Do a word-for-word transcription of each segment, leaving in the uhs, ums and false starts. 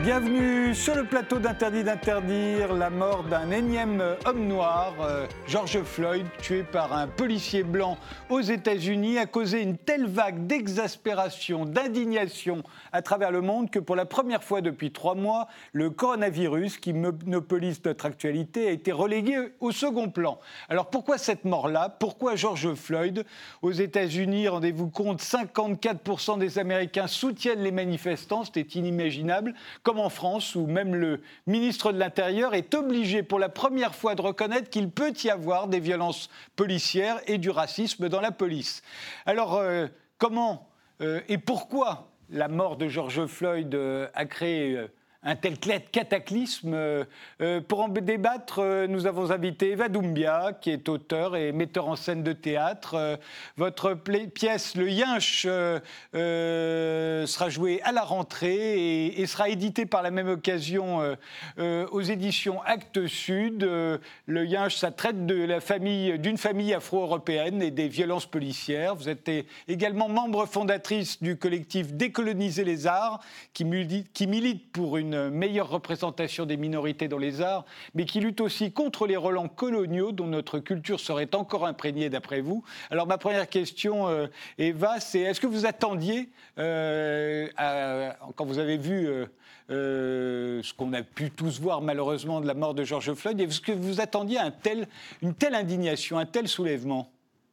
Bienvenue sur le plateau d'Interdit d'interdire. La mort d'un énième homme noir, euh, George Floyd, tué par un policier blanc aux États-Unis, a causé une telle vague d'exaspération, d'indignation à travers le monde que pour la première fois depuis trois mois, le coronavirus qui monopolise notre actualité a été relégué au second plan. Alors pourquoi cette mort-là ? Pourquoi George Floyd ? Aux États-Unis, rendez-vous compte, cinquante-quatre pour cent des Américains soutiennent les manifestants, c'était inimaginable. Comme en France, où même le ministre de l'Intérieur est obligé pour la première fois de reconnaître qu'il peut y avoir des violences policières et du racisme dans la police. Alors, euh, comment euh, et pourquoi la mort de George Floyd euh, a créé euh, un tel cataclysme. Euh, pour en débattre, euh, nous avons invité Eva Doumbia, qui est auteur et metteur en scène de théâtre. Euh, votre pla- pièce, Le Yinche, euh, euh, sera jouée à la rentrée et, et sera éditée par la même occasion euh, euh, aux éditions Actes Sud. Euh, le Yinche, ça traite de la famille, d'une famille afro-européenne et des violences policières. Vous êtes également membre fondatrice du collectif Décoloniser les arts, qui milite, qui milite pour une meilleure représentation des minorités dans les arts, mais qui lutte aussi contre les relents coloniaux dont notre culture serait encore imprégnée d'après vous. Alors ma première question, euh, Eva, c'est est-ce que vous attendiez, euh, à, quand vous avez vu euh, euh, ce qu'on a pu tous voir malheureusement de la mort de George Floyd, est-ce que vous attendiez un tel, une telle indignation, un tel soulèvement ?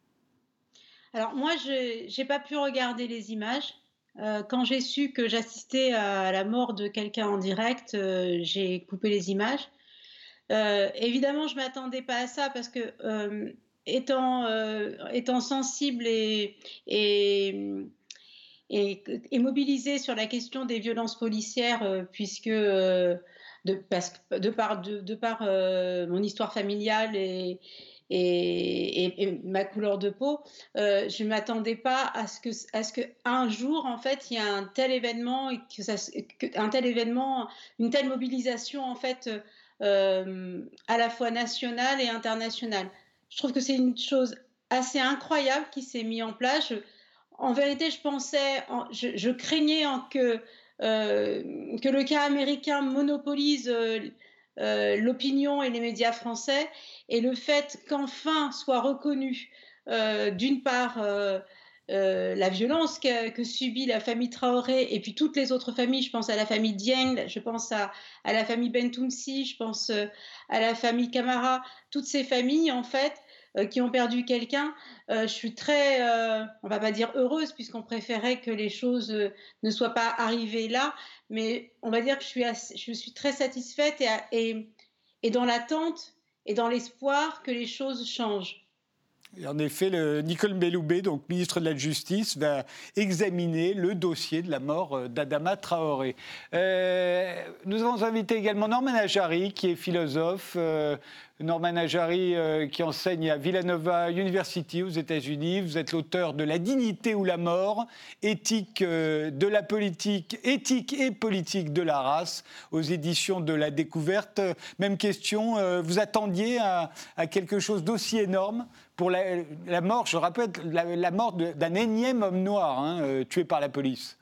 Alors moi, je n'ai pas pu regarder les images. Euh, quand j'ai su que j'assistais à la mort de quelqu'un en direct, euh, j'ai coupé les images. Euh, évidemment, je ne m'attendais pas à ça parce que, euh, étant, euh, étant sensible et, et, et, et mobilisée sur la question des violences policières, euh, puisque euh, de, parce, de par, de, de par euh, mon histoire familiale et, et, et, et ma couleur de peau, euh, je ne m'attendais pas à ce que, à ce que un jour, en fait, il y a un tel événement, et que ça, que, un tel événement, une telle mobilisation, en fait, euh, à la fois nationale et internationale. Je trouve que c'est une chose assez incroyable qui s'est mise en place. Je, en vérité, je pensais, en, je, je craignais en que, euh, que le cas américain monopolise euh, euh, l'opinion et les médias français, et le fait qu'enfin soit reconnue, euh, d'une part, euh, euh, la violence que, que subit la famille Traoré et puis toutes les autres familles. Je pense à la famille Dieng, je pense à, à la famille Bentounsi, je pense euh, à la famille Camara, toutes ces familles, en fait, euh, qui ont perdu quelqu'un. Euh, je suis très, euh, on va pas dire heureuse, puisqu'on préférait que les choses euh, ne soient pas arrivées là, mais on va dire que je suis, assez, je suis très satisfaite et, et, et dans l'attente et dans l'espoir que les choses changent. Et en effet, le Nicole Belloubet, donc ministre de la Justice, va examiner le dossier de la mort d'Adama Traoré. Euh, nous avons invité également Norman Ajari, qui est philosophe. Euh, Norman Ajari, euh, qui enseigne à Villanova University aux États-Unis. Vous êtes l'auteur de La dignité ou la mort, éthique euh, de la politique, éthique et politique de la race, aux éditions de La Découverte. Même question, euh, vous attendiez à, à quelque chose d'aussi énorme pour la, la mort, je rappelle, la, la mort de, d'un énième homme noir hein, euh, tué par la police.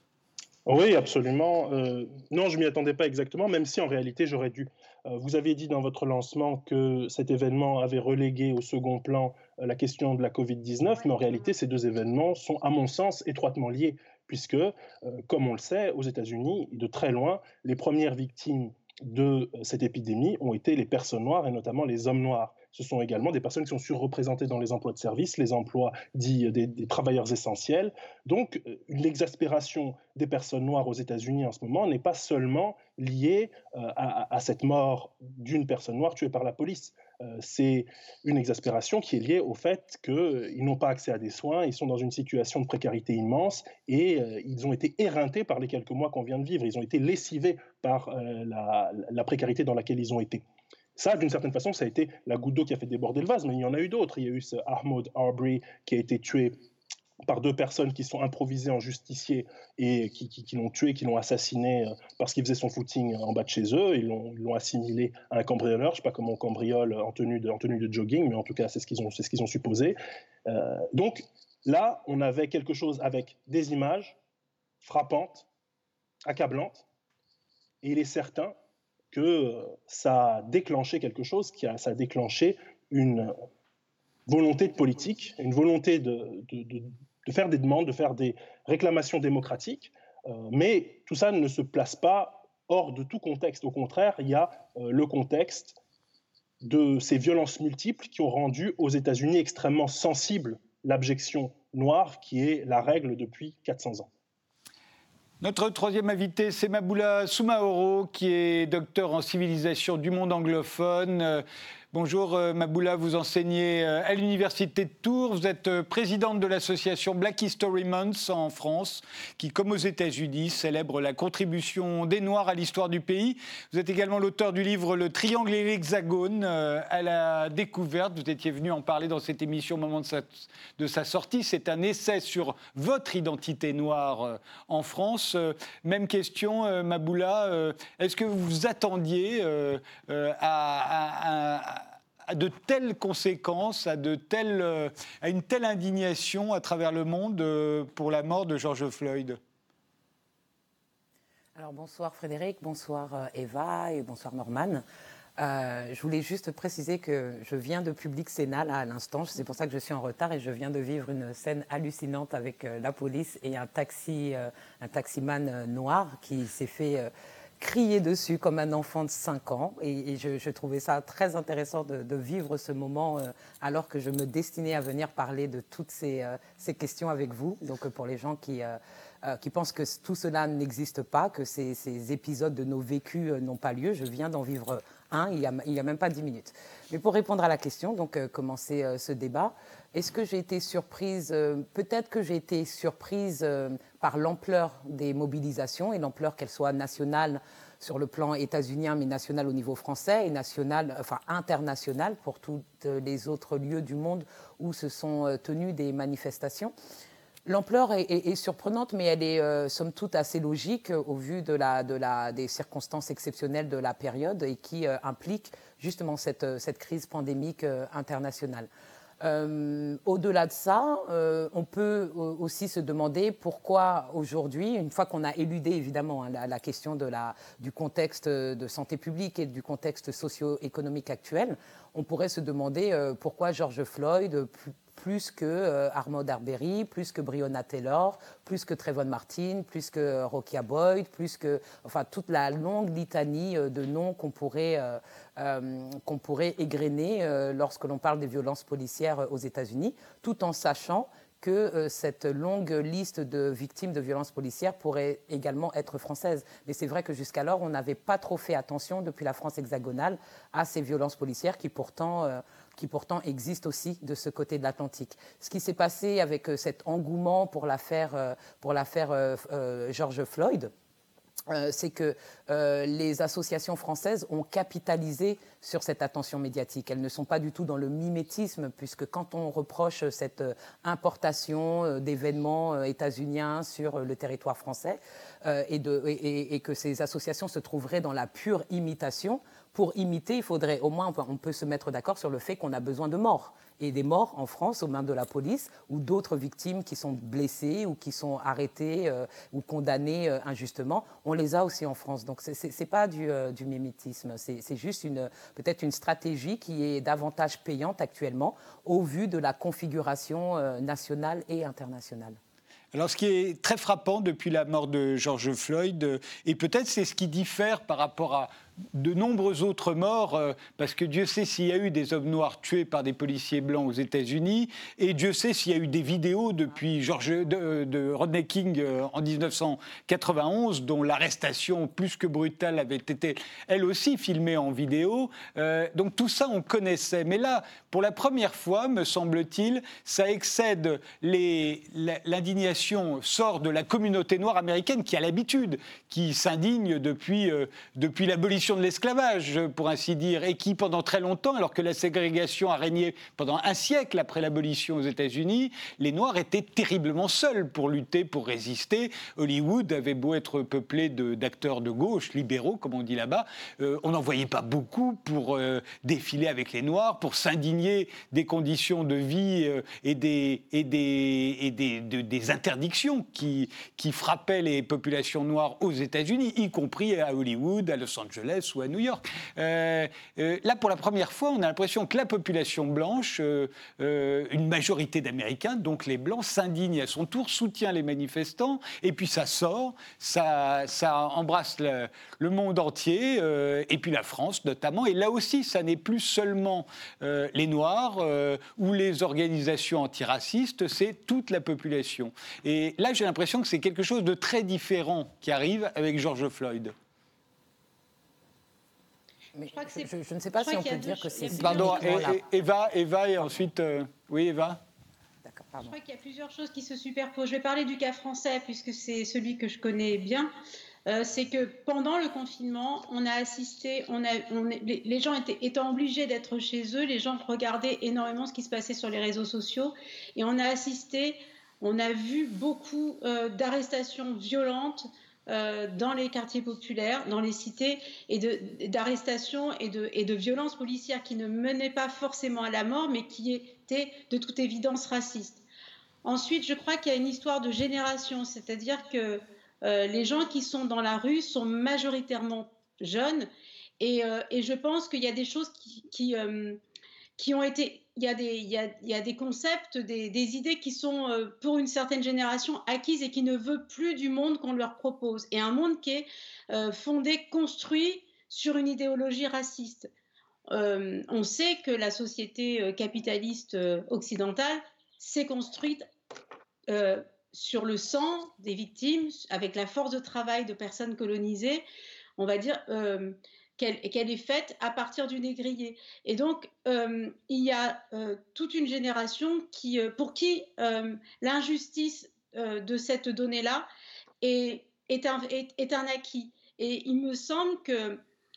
Oui, absolument. Euh, non, je ne m'y attendais pas exactement, même si en réalité j'aurais dû. Euh, vous avez dit dans votre lancement que cet événement avait relégué au second plan euh, la question de la covid dix-neuf, mais en réalité ces deux événements sont, à mon sens, étroitement liés, puisque, euh, comme on le sait, aux États-Unis, de très loin, les premières victimes de cette épidémie ont été les personnes noires et notamment les hommes noirs. Ce sont également des personnes qui sont surreprésentées dans les emplois de service, les emplois dits des, des travailleurs essentiels. Donc, l'exaspération des personnes noires aux États-Unis en ce moment n'est pas seulement liée euh, à, à cette mort d'une personne noire tuée par la police. Euh, c'est une exaspération qui est liée au fait qu'ils euh, n'ont pas accès à des soins, ils sont dans une situation de précarité immense et euh, ils ont été éreintés par les quelques mois qu'on vient de vivre. Ils ont été lessivés par euh, la, la précarité dans laquelle ils ont été. Ça, d'une certaine façon, ça a été la goutte d'eau qui a fait déborder le vase, mais il y en a eu d'autres. Il y a eu ce Ahmaud Arbery qui a été tué par deux personnes qui sont improvisées en justiciers et qui, qui, qui l'ont tué, qui l'ont assassiné parce qu'il faisait son footing en bas de chez eux. Ils l'ont, ils l'ont assimilé à un cambrioleur. Je ne sais pas comment on cambriole en tenue de, en tenue de jogging, mais en tout cas, c'est ce qu'ils ont, c'est ce qu'ils ont supposé. Euh, donc là, on avait quelque chose avec des images frappantes, accablantes, Et il est certain que euh, ça a déclenché quelque chose, qui a, ça a déclenché une volonté de politique, une volonté de, de, de, de faire des demandes, de faire des réclamations démocratiques, euh, mais tout ça ne se place pas hors de tout contexte. Au contraire, il y a euh, le contexte de ces violences multiples qui ont rendu aux États-Unis extrêmement sensible l'abjection noire, qui est la règle depuis quatre cents ans. Notre troisième invité, c'est Maboula Soumaoro, qui est docteur en civilisation du monde anglophone. Euh, bonjour euh, Maboula, vous enseignez euh, à l'université de Tours. Vous êtes euh, présidente de l'association Black History Month en France, qui, comme aux États-Unis, célèbre la contribution des Noirs à l'histoire du pays. Vous êtes également l'auteur du livre Le Triangle et l'Hexagone euh, à la découverte. Vous étiez venu en parler dans cette émission au moment de sa, de sa sortie. C'est un essai sur votre identité noire euh, en France. Euh, même question, euh, Maboula, euh, est-ce que vous vous attendiez euh, euh, à, à, à de telles conséquences, à, de telles, euh, à une telle indignation à travers le monde euh, pour la mort de George Floyd ? Alors bonsoir Frédéric, bonsoir euh, Eva et bonsoir Norman. Euh, je voulais juste préciser que je viens de Public Sénat là, à l'instant, c'est pour ça que je suis en retard et je viens de vivre une scène hallucinante avec euh, la police et un taxi, euh, un taximan euh, noir qui s'est fait euh, crier dessus comme un enfant de cinq ans et, et je, je trouvais ça très intéressant de, de vivre ce moment euh, alors que je me destinais à venir parler de toutes ces, euh, ces questions avec vous. Donc pour les gens qui... Euh, Euh, qui pensent que tout cela n'existe pas, que ces, ces épisodes de nos vécus euh, n'ont pas lieu. Je viens d'en vivre un il n'y a, il y a même pas dix minutes. Mais pour répondre à la question, donc euh, commencer euh, ce débat, est-ce que j'ai été surprise euh, Peut-être que j'ai été surprise euh, par l'ampleur des mobilisations et l'ampleur qu'elles soient nationales sur le plan états-unien, mais nationale au niveau français et nationale, enfin internationale pour tous les autres lieux du monde où se sont euh, tenues des manifestations. L'ampleur est, est, est surprenante, mais elle est, euh, somme toute, assez logique euh, au vu de la, de la, des circonstances exceptionnelles de la période et qui euh, implique justement cette, cette crise pandémique euh, internationale. Euh, au-delà de ça, euh, on peut aussi se demander pourquoi aujourd'hui, une fois qu'on a éludé évidemment hein, la, la question de la, du contexte de santé publique et du contexte socio-économique actuel, on pourrait se demander euh, pourquoi George Floyd, plus, plus que euh, Ahmaud Arbery, plus que Breonna Taylor, plus que Trayvon Martin, plus que Rokia Boyd, plus que, enfin, toute la longue litanie euh, de noms qu'on pourrait, euh, euh, qu'on pourrait égrener euh, lorsque l'on parle des violences policières aux États-Unis, tout en sachant que euh, cette longue liste de victimes de violences policières pourrait également être française. Mais c'est vrai que jusqu'alors, on n'avait pas trop fait attention, depuis la France hexagonale, à ces violences policières qui pourtant, euh, qui pourtant existent aussi de ce côté de l'Atlantique. Ce qui s'est passé avec euh, cet engouement pour l'affaire, euh, pour l'affaire euh, euh, George Floyd, Euh, c'est que euh, les associations françaises ont capitalisé sur cette attention médiatique. Elles ne sont pas du tout dans le mimétisme, puisque quand on reproche cette euh, importation euh, d'événements euh, états-uniens sur euh, le territoire français euh, et, de, et, et que ces associations se trouveraient dans la pure imitation, pour imiter, il faudrait au moins, on peut se mettre d'accord sur le fait qu'on a besoin de morts. Et des morts en France aux mains de la police ou d'autres victimes qui sont blessées ou qui sont arrêtées euh, ou condamnées euh, injustement, on les a aussi en France. Donc ce n'est pas du, euh, du mimétisme, c'est juste une, peut-être une stratégie qui est davantage payante actuellement au vu de la configuration euh, nationale et internationale. Alors, ce qui est très frappant depuis la mort de George Floyd, euh, et peut-être c'est ce qui diffère par rapport à de nombreux autres morts, euh, parce que Dieu sait s'il y a eu des hommes noirs tués par des policiers blancs aux États-Unis, et Dieu sait s'il y a eu des vidéos depuis George, de, de Rodney King euh, en dix-neuf cent quatre-vingt-onze, dont l'arrestation plus que brutale avait été, elle aussi, filmée en vidéo. Euh, donc tout ça, on connaissait. Mais là, pour la première fois, me semble-t-il, ça excède les, l'indignation sort de la communauté noire américaine qui a l'habitude, qui s'indigne depuis, euh, depuis l'abolition l'abolition de l'esclavage, pour ainsi dire, et qui, pendant très longtemps, alors que la ségrégation a régné pendant un siècle après l'abolition aux États-Unis, les Noirs étaient terriblement seuls pour lutter, pour résister. Hollywood avait beau être peuplé de, d'acteurs de gauche, libéraux, comme on dit là-bas, euh, on n'en voyait pas beaucoup pour euh, défiler avec les Noirs, pour s'indigner des conditions de vie euh, et des, et des, et des, de, des interdictions qui, qui frappaient les populations noires aux États-Unis, y compris à Hollywood, à Los Angeles ou à New York. Euh, euh, là, pour la première fois, on a l'impression que la population blanche, euh, euh, une majorité d'Américains, donc les Blancs, s'indignent à son tour, soutient les manifestants, et puis ça sort, ça, ça embrasse le, le monde entier, euh, et puis la France notamment. Et là aussi, ça n'est plus seulement euh, les Noirs euh, ou les organisations antiracistes, c'est toute la population. Et là, j'ai l'impression que c'est quelque chose de très différent qui arrive avec George Floyd. Mais je, crois que c'est... je, je ne sais pas si on peut dire que c'est... Pardon, Eva, Eva et ensuite... Euh... Oui, Eva. D'accord, pardon. Je crois qu'il y a plusieurs choses qui se superposent. Je vais parler du cas français, puisque c'est celui que je connais bien. Euh, c'est que pendant le confinement, on a assisté, on a, on, les, les gens étaient, étant obligés d'être chez eux, les gens regardaient énormément ce qui se passait sur les réseaux sociaux, et on a assisté, on a vu beaucoup euh, d'arrestations violentes euh, dans les quartiers populaires, dans les cités, et de, d'arrestations et de, et de violences policières qui ne menaient pas forcément à la mort, mais qui étaient de toute évidence racistes. Ensuite, je crois qu'il y a une histoire de génération, c'est-à-dire que Euh, les gens qui sont dans la rue sont majoritairement jeunes et, euh, et je pense qu'il y a des choses qui, qui, euh, qui ont été... Il y a des, il y a, il y a des concepts, des, des idées qui sont euh, pour une certaine génération acquises et qui ne veut plus du monde qu'on leur propose. Et un monde qui est euh, fondé, construit sur une idéologie raciste. Euh, on sait que la société capitaliste occidentale s'est construite... Euh, sur le sang des victimes, avec la force de travail de personnes colonisées, on va dire euh, qu'elle, qu'elle est faite à partir du négrier. Et donc, euh, il y a euh, toute une génération qui, euh, pour qui euh, l'injustice euh, de cette donnée-là est, est, un, est, est un acquis. Et il me semble que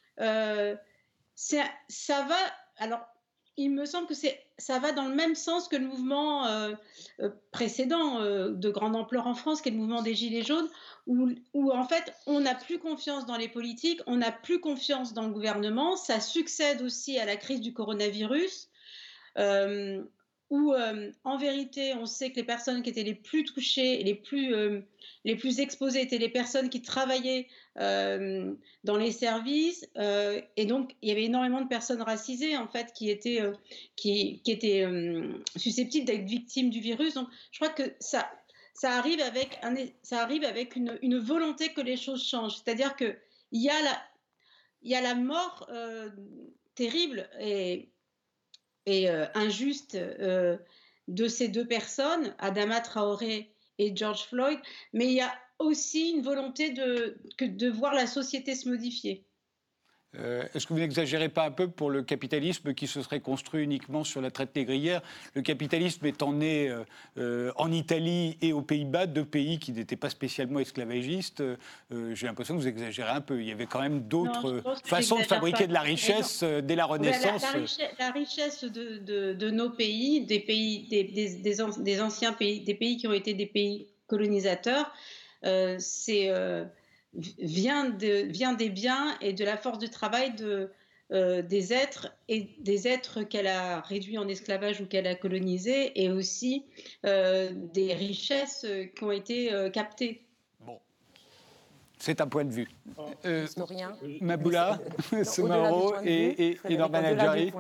euh, c'est, ça va... Alors, il me semble que c'est, ça va dans le même sens que le mouvement euh, euh, précédent euh, de grande ampleur en France, qui est le mouvement des Gilets jaunes, où, où en fait on n'a plus confiance dans les politiques, on n'a plus confiance dans le gouvernement. Ça succède aussi à la crise du coronavirus, euh, où euh, en vérité on sait que les personnes qui étaient les plus touchées, les plus, euh, les plus exposées étaient les personnes qui travaillaient Euh, dans les services euh, et donc il y avait énormément de personnes racisées en fait qui étaient, euh, qui, qui étaient euh, susceptibles d'être victimes du virus. Donc je crois que ça, ça arrive avec, un, ça arrive avec une, une volonté que les choses changent, c'est-à-dire qu'il y a la, il y a la mort euh, terrible et, et euh, injuste euh, de ces deux personnes, Adama Traoré et George Floyd, mais il y a aussi une volonté de, que, de voir la société se modifier. Euh, est-ce que vous n'exagérez pas un peu pour le capitalisme qui se serait construit uniquement sur la traite négrière? Le capitalisme étant né euh, euh, en Italie et aux Pays-Bas, deux pays qui n'étaient pas spécialement esclavagistes, euh, j'ai l'impression que vous exagérez un peu. Il y avait quand même d'autres non, façons de fabriquer pas. de la richesse euh, dès la Renaissance. La, la, richesse, la richesse de, de, de nos pays, des, pays des, des, des, an, des anciens pays, des pays qui ont été des pays colonisateurs, euh, c'est... Euh, Vient, de, vient des biens et de la force de travail de, euh, des êtres et des êtres qu'elle a réduits en esclavage ou qu'elle a colonisés, et aussi euh, des richesses qui ont été euh, captées. Bon, c'est un point de vue. Euh, Historien. Maboula, Somaro et, et, et Norman Adjari.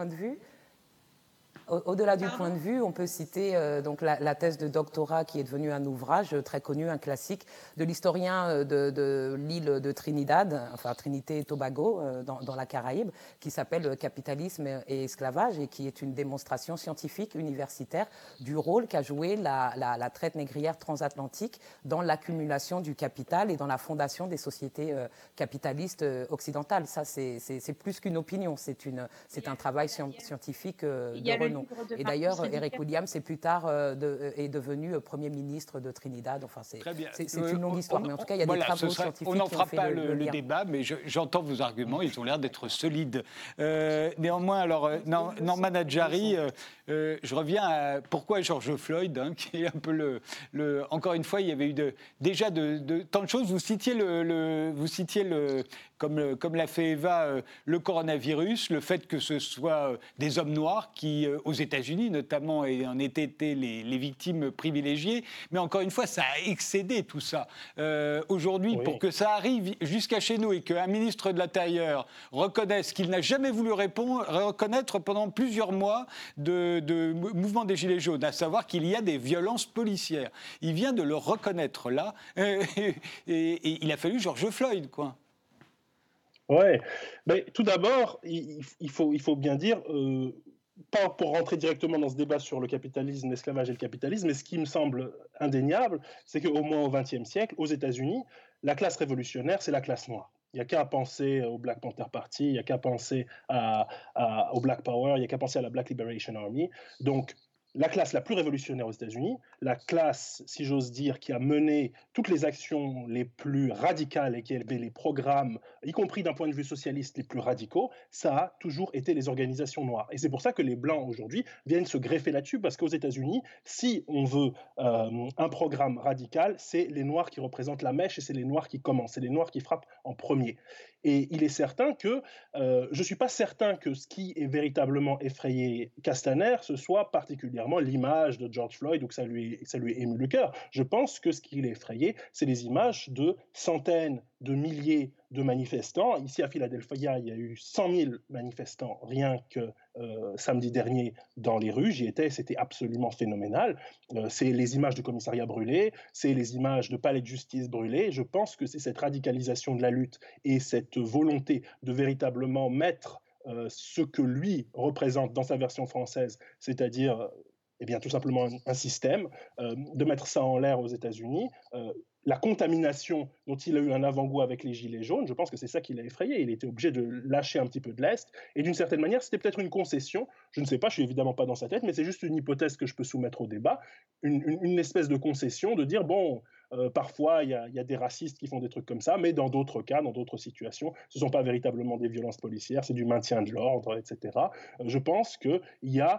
Au-delà du point de vue, on peut citer euh, donc la, la thèse de doctorat qui est devenue un ouvrage très connu, un classique, de l'historien de, de l'île de Trinidad, enfin Trinité et Tobago, euh, dans, dans la Caraïbe, qui s'appelle Capitalisme et esclavage, et qui est une démonstration scientifique universitaire du rôle qu'a joué la, la, la traite négrière transatlantique dans l'accumulation du capital et dans la fondation des sociétés euh, capitalistes euh, occidentales. Ça, c'est, c'est, c'est plus qu'une opinion, c'est, une, c'est un travail scientifique euh, de non. Et d'ailleurs, Eric Williams est plus tard euh, de, est devenu Premier ministre de Trinidad. Enfin, c'est, c'est, c'est une longue histoire. On, mais en tout cas, il y a voilà, des travaux sera, scientifiques on n'en fera qui ont pas fait le, le, le, le débat, mais je, j'entends vos arguments. Ils ont l'air d'être solides. Euh, néanmoins, alors, euh, Norman Adjari, euh, euh, je reviens à pourquoi George Floyd, hein, qui est un peu le, le... Encore une fois, il y avait eu de, déjà de, de, tant de choses. Vous citiez, le, le, vous citiez le, comme, comme l'a fait Eva, euh, le coronavirus, le fait que ce soit des hommes noirs qui, euh, aux États-Unis notamment, en étaient été les, les victimes privilégiées. Mais encore une fois, ça a excédé tout ça. Euh, aujourd'hui, oui. Pour que ça arrive jusqu'à chez nous et qu'un ministre de l'Intérieur reconnaisse qu'il n'a jamais voulu répondre, reconnaître pendant plusieurs mois de, de mouvement des Gilets jaunes, à savoir qu'il y a des violences policières. Il vient de le reconnaître là, et, et, et il a fallu George Floyd, quoi. Oui, mais tout d'abord, il, il, faut, il faut bien dire, euh, pas pour rentrer directement dans ce débat sur le capitalisme, l'esclavage et le capitalisme, mais ce qui me semble indéniable, c'est qu'au moins au vingtième siècle, aux États-Unis, la classe révolutionnaire, c'est la classe noire. Il n'y a qu'à penser au Black Panther Party, il n'y a qu'à penser à, à, au Black Power, il n'y a qu'à penser à la Black Liberation Army. Donc, la classe la plus révolutionnaire aux États-Unis, la classe, si j'ose dire, qui a mené toutes les actions les plus radicales et qui avait les programmes, y compris d'un point de vue socialiste, les plus radicaux, ça a toujours été les organisations noires. Et c'est pour ça que les Blancs, aujourd'hui, viennent se greffer là-dessus, parce qu'aux États-Unis, si on veut euh, un programme radical, c'est les Noirs qui représentent la mèche et c'est les Noirs qui commencent, c'est les Noirs qui frappent en premier. Et il est certain que, euh, je ne suis pas certain que ce qui est véritablement effrayé Castaner, ce soit particulièrement l'image de George Floyd ou que ça lui, ça lui émue le cœur. Je pense que ce qui l'effrayait, c'est les images de centaines de milliers de manifestants. Ici à Philadelphia, il y a eu cent mille manifestants rien que euh, samedi dernier dans les rues. J'y étais, c'était absolument phénoménal. Euh, c'est les images de commissariats brûlés, c'est les images de palais de justice brûlés. Je pense que c'est cette radicalisation de la lutte et cette volonté de véritablement mettre euh, ce que lui représente dans sa version française, c'est-à-dire eh bien, tout simplement un, un système, euh, de mettre ça en l'air aux États-Unis. Euh, la contamination dont il a eu un avant-goût avec les Gilets jaunes, je pense que c'est ça qui l'a effrayé. Il était obligé de lâcher un petit peu de lest. Et d'une certaine manière, c'était peut-être une concession. Je ne sais pas, je suis évidemment pas dans sa tête, mais c'est juste une hypothèse que je peux soumettre au débat. Une, une, une espèce de concession de dire, bon, euh, parfois, il y, y a des racistes qui font des trucs comme ça, mais dans d'autres cas, dans d'autres situations, ce ne sont pas véritablement des violences policières, c'est du maintien de l'ordre, et cetera. Euh, je pense qu'il y a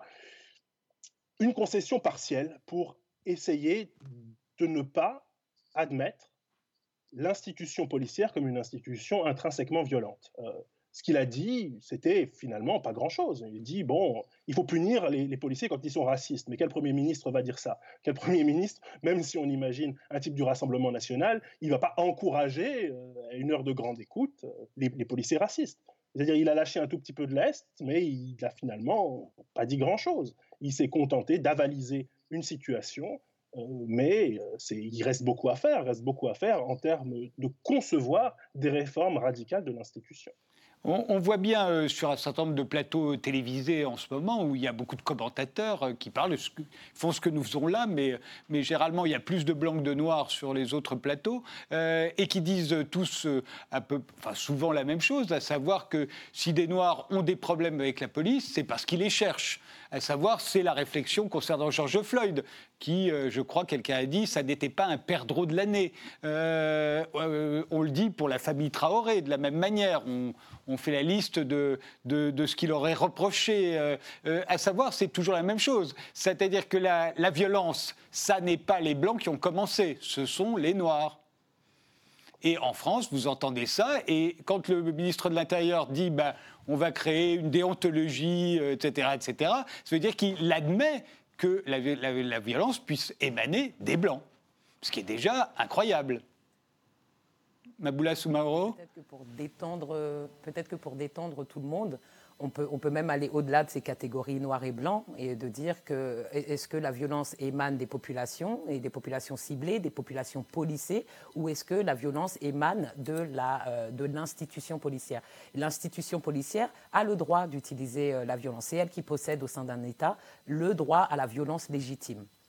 une concession partielle pour essayer de ne pas admettre l'institution policière comme une institution intrinsèquement violente. Euh, ce qu'il a dit, c'était finalement pas grand-chose. Il dit, bon, il faut punir les, les policiers quand ils sont racistes. Mais quel Premier ministre va dire ça? Quel Premier ministre, même si on imagine un type du Rassemblement national, il ne va pas encourager, euh, à une heure de grande écoute, euh, les, les policiers racistes. C'est-à-dire qu'il a lâché un tout petit peu de lest, mais il n'a finalement pas dit grand-chose. Il s'est contenté d'avaliser une situation, euh, mais c'est, il reste beaucoup à faire, il reste beaucoup à faire en termes de concevoir des réformes radicales de l'institution. On, on voit bien euh, sur un certain nombre de plateaux télévisés en ce moment où il y a beaucoup de commentateurs euh, qui parlent, ce que, font ce que nous faisons là, mais, mais généralement il y a plus de blancs que de noirs sur les autres plateaux euh, et qui disent tous euh, un peu, enfin, souvent la même chose, à savoir que si des noirs ont des problèmes avec la police, c'est parce qu'ils les cherchent. À savoir, c'est la réflexion concernant George Floyd, qui, euh, je crois, quelqu'un a dit, ça n'était pas un perdreau de l'année. Euh, euh, on le dit pour la famille Traoré, de la même manière. On, on fait la liste de, de, de ce qu'il aurait reproché. Euh, euh, à savoir, c'est toujours la même chose. C'est-à-dire que la, la violence, ça n'est pas les Blancs qui ont commencé, ce sont les Noirs. Et en France, vous entendez ça, et quand le ministre de l'Intérieur dit bah, « on va créer une déontologie, et cetera, et cetera », ça veut dire qu'il admet que la, la, la violence puisse émaner des Blancs, ce qui est déjà incroyable. Maboula Soumaoro ? Peut-être que pour détendre, peut-être que pour détendre tout le monde, on peut, on peut même aller au-delà de ces catégories noirs et blancs et de dire que est-ce que la violence émane des populations et des populations ciblées, des populations policées, ou est-ce que la violence émane de, la, euh, de l'institution policière? L'institution policière a le droit d'utiliser euh, la violence. C'est elle qui possède au sein d'un État le droit à la violence légitime.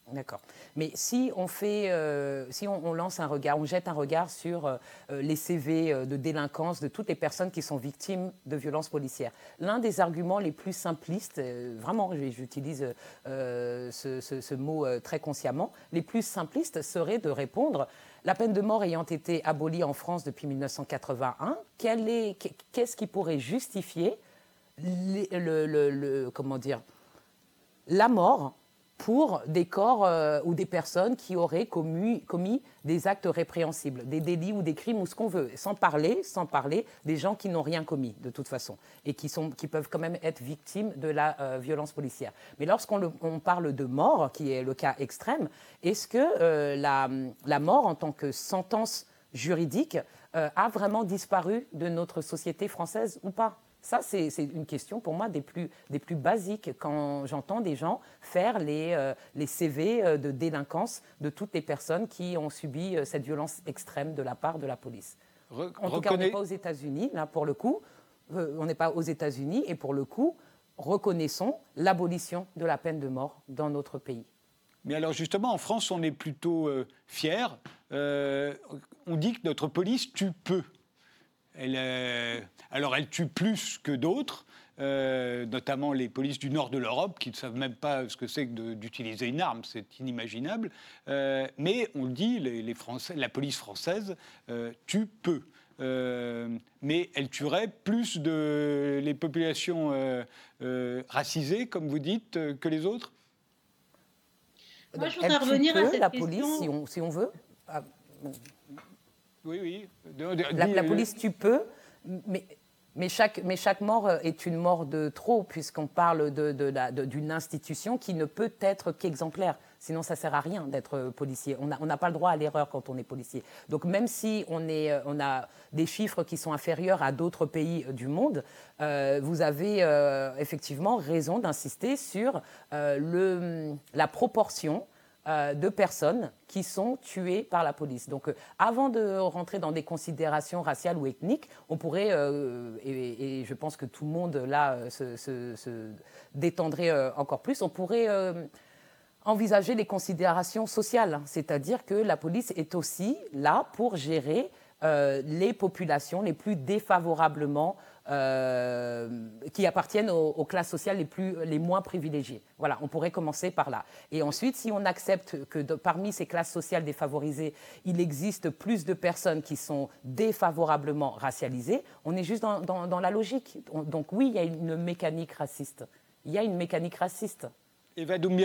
D'accord. Mais si on fait, euh, si on, on lance un regard, on jette un regard sur euh, les C V euh, de délinquance de toutes les personnes qui sont victimes de violences policières, l'un des arguments les plus simplistes, euh, vraiment, j'utilise euh, ce, ce, ce mot euh, très consciemment, les plus simplistes serait de répondre: la peine de mort ayant été abolie en France depuis mille neuf cent quatre-vingt-un, quel est, qu'est-ce qui pourrait justifier les, le, le, le, comment dire, la mort pour des corps euh, ou des personnes qui auraient commis, commis des actes répréhensibles, des délits ou des crimes ou ce qu'on veut, sans parler, sans parler des gens qui n'ont rien commis de toute façon et qui, sont, qui peuvent quand même être victimes de la euh, violence policière. Mais lorsqu'on le, on parle de mort, qui est le cas extrême, est-ce que euh, la, la mort en tant que sentence juridique euh, a vraiment disparu de notre société française ou pas ? Ça, c'est, c'est une question pour moi des plus, des plus basiques quand j'entends des gens faire les, euh, les C V de délinquance de toutes les personnes qui ont subi cette violence extrême de la part de la police. Re- en tout reconnais... cas, on n'est pas aux États-Unis, là, pour le coup. Euh, on n'est pas aux États-Unis et pour le coup, reconnaissons l'abolition de la peine de mort dans notre pays. Mais alors justement, en France, on est plutôt euh, fiers. Euh, on dit que notre police tue peu. Elle, euh, alors, elle tue plus que d'autres, euh, notamment les polices du nord de l'Europe, qui ne savent même pas ce que c'est que de, d'utiliser une arme, c'est inimaginable. Euh, mais on le dit, les, les Français, la police française euh, tue peu. Euh, mais elle tuerait plus de les populations euh, euh, racisées, comme vous dites, euh, que les autres. Moi, je voudrais revenir peu, à cette la question. police, si on, si on veut. Ah, bon. Oui, oui. De, de, la, la police tue peu, mais, mais, chaque, mais chaque mort est une mort de trop, puisqu'on parle de, de la, de, d'une institution qui ne peut être qu'exemplaire. Sinon, ça ne sert à rien d'être policier. On n'a on n'a pas le droit à l'erreur quand on est policier. Donc, même si on, est, on a des chiffres qui sont inférieurs à d'autres pays du monde, euh, vous avez euh, effectivement raison d'insister sur euh, le, la proportion Euh, de personnes qui sont tuées par la police. Donc, euh, avant de rentrer dans des considérations raciales ou ethniques, on pourrait, euh, et, et je pense que tout le monde là se, se, se détendrait euh, encore plus, on pourrait euh, envisager les considérations sociales, c'est-à-dire que la police est aussi là pour gérer euh, les populations les plus défavorablement Euh, qui appartiennent aux, aux classes sociales les, plus, les moins privilégiées. Voilà, on pourrait commencer par là. Et ensuite, si on accepte que de, parmi ces classes sociales défavorisées, il existe plus de personnes qui sont défavorablement racialisées, on est juste dans, dans, dans la logique. On, donc oui, il y a une mécanique raciste. Il y a une mécanique raciste. Eva Doumbia ?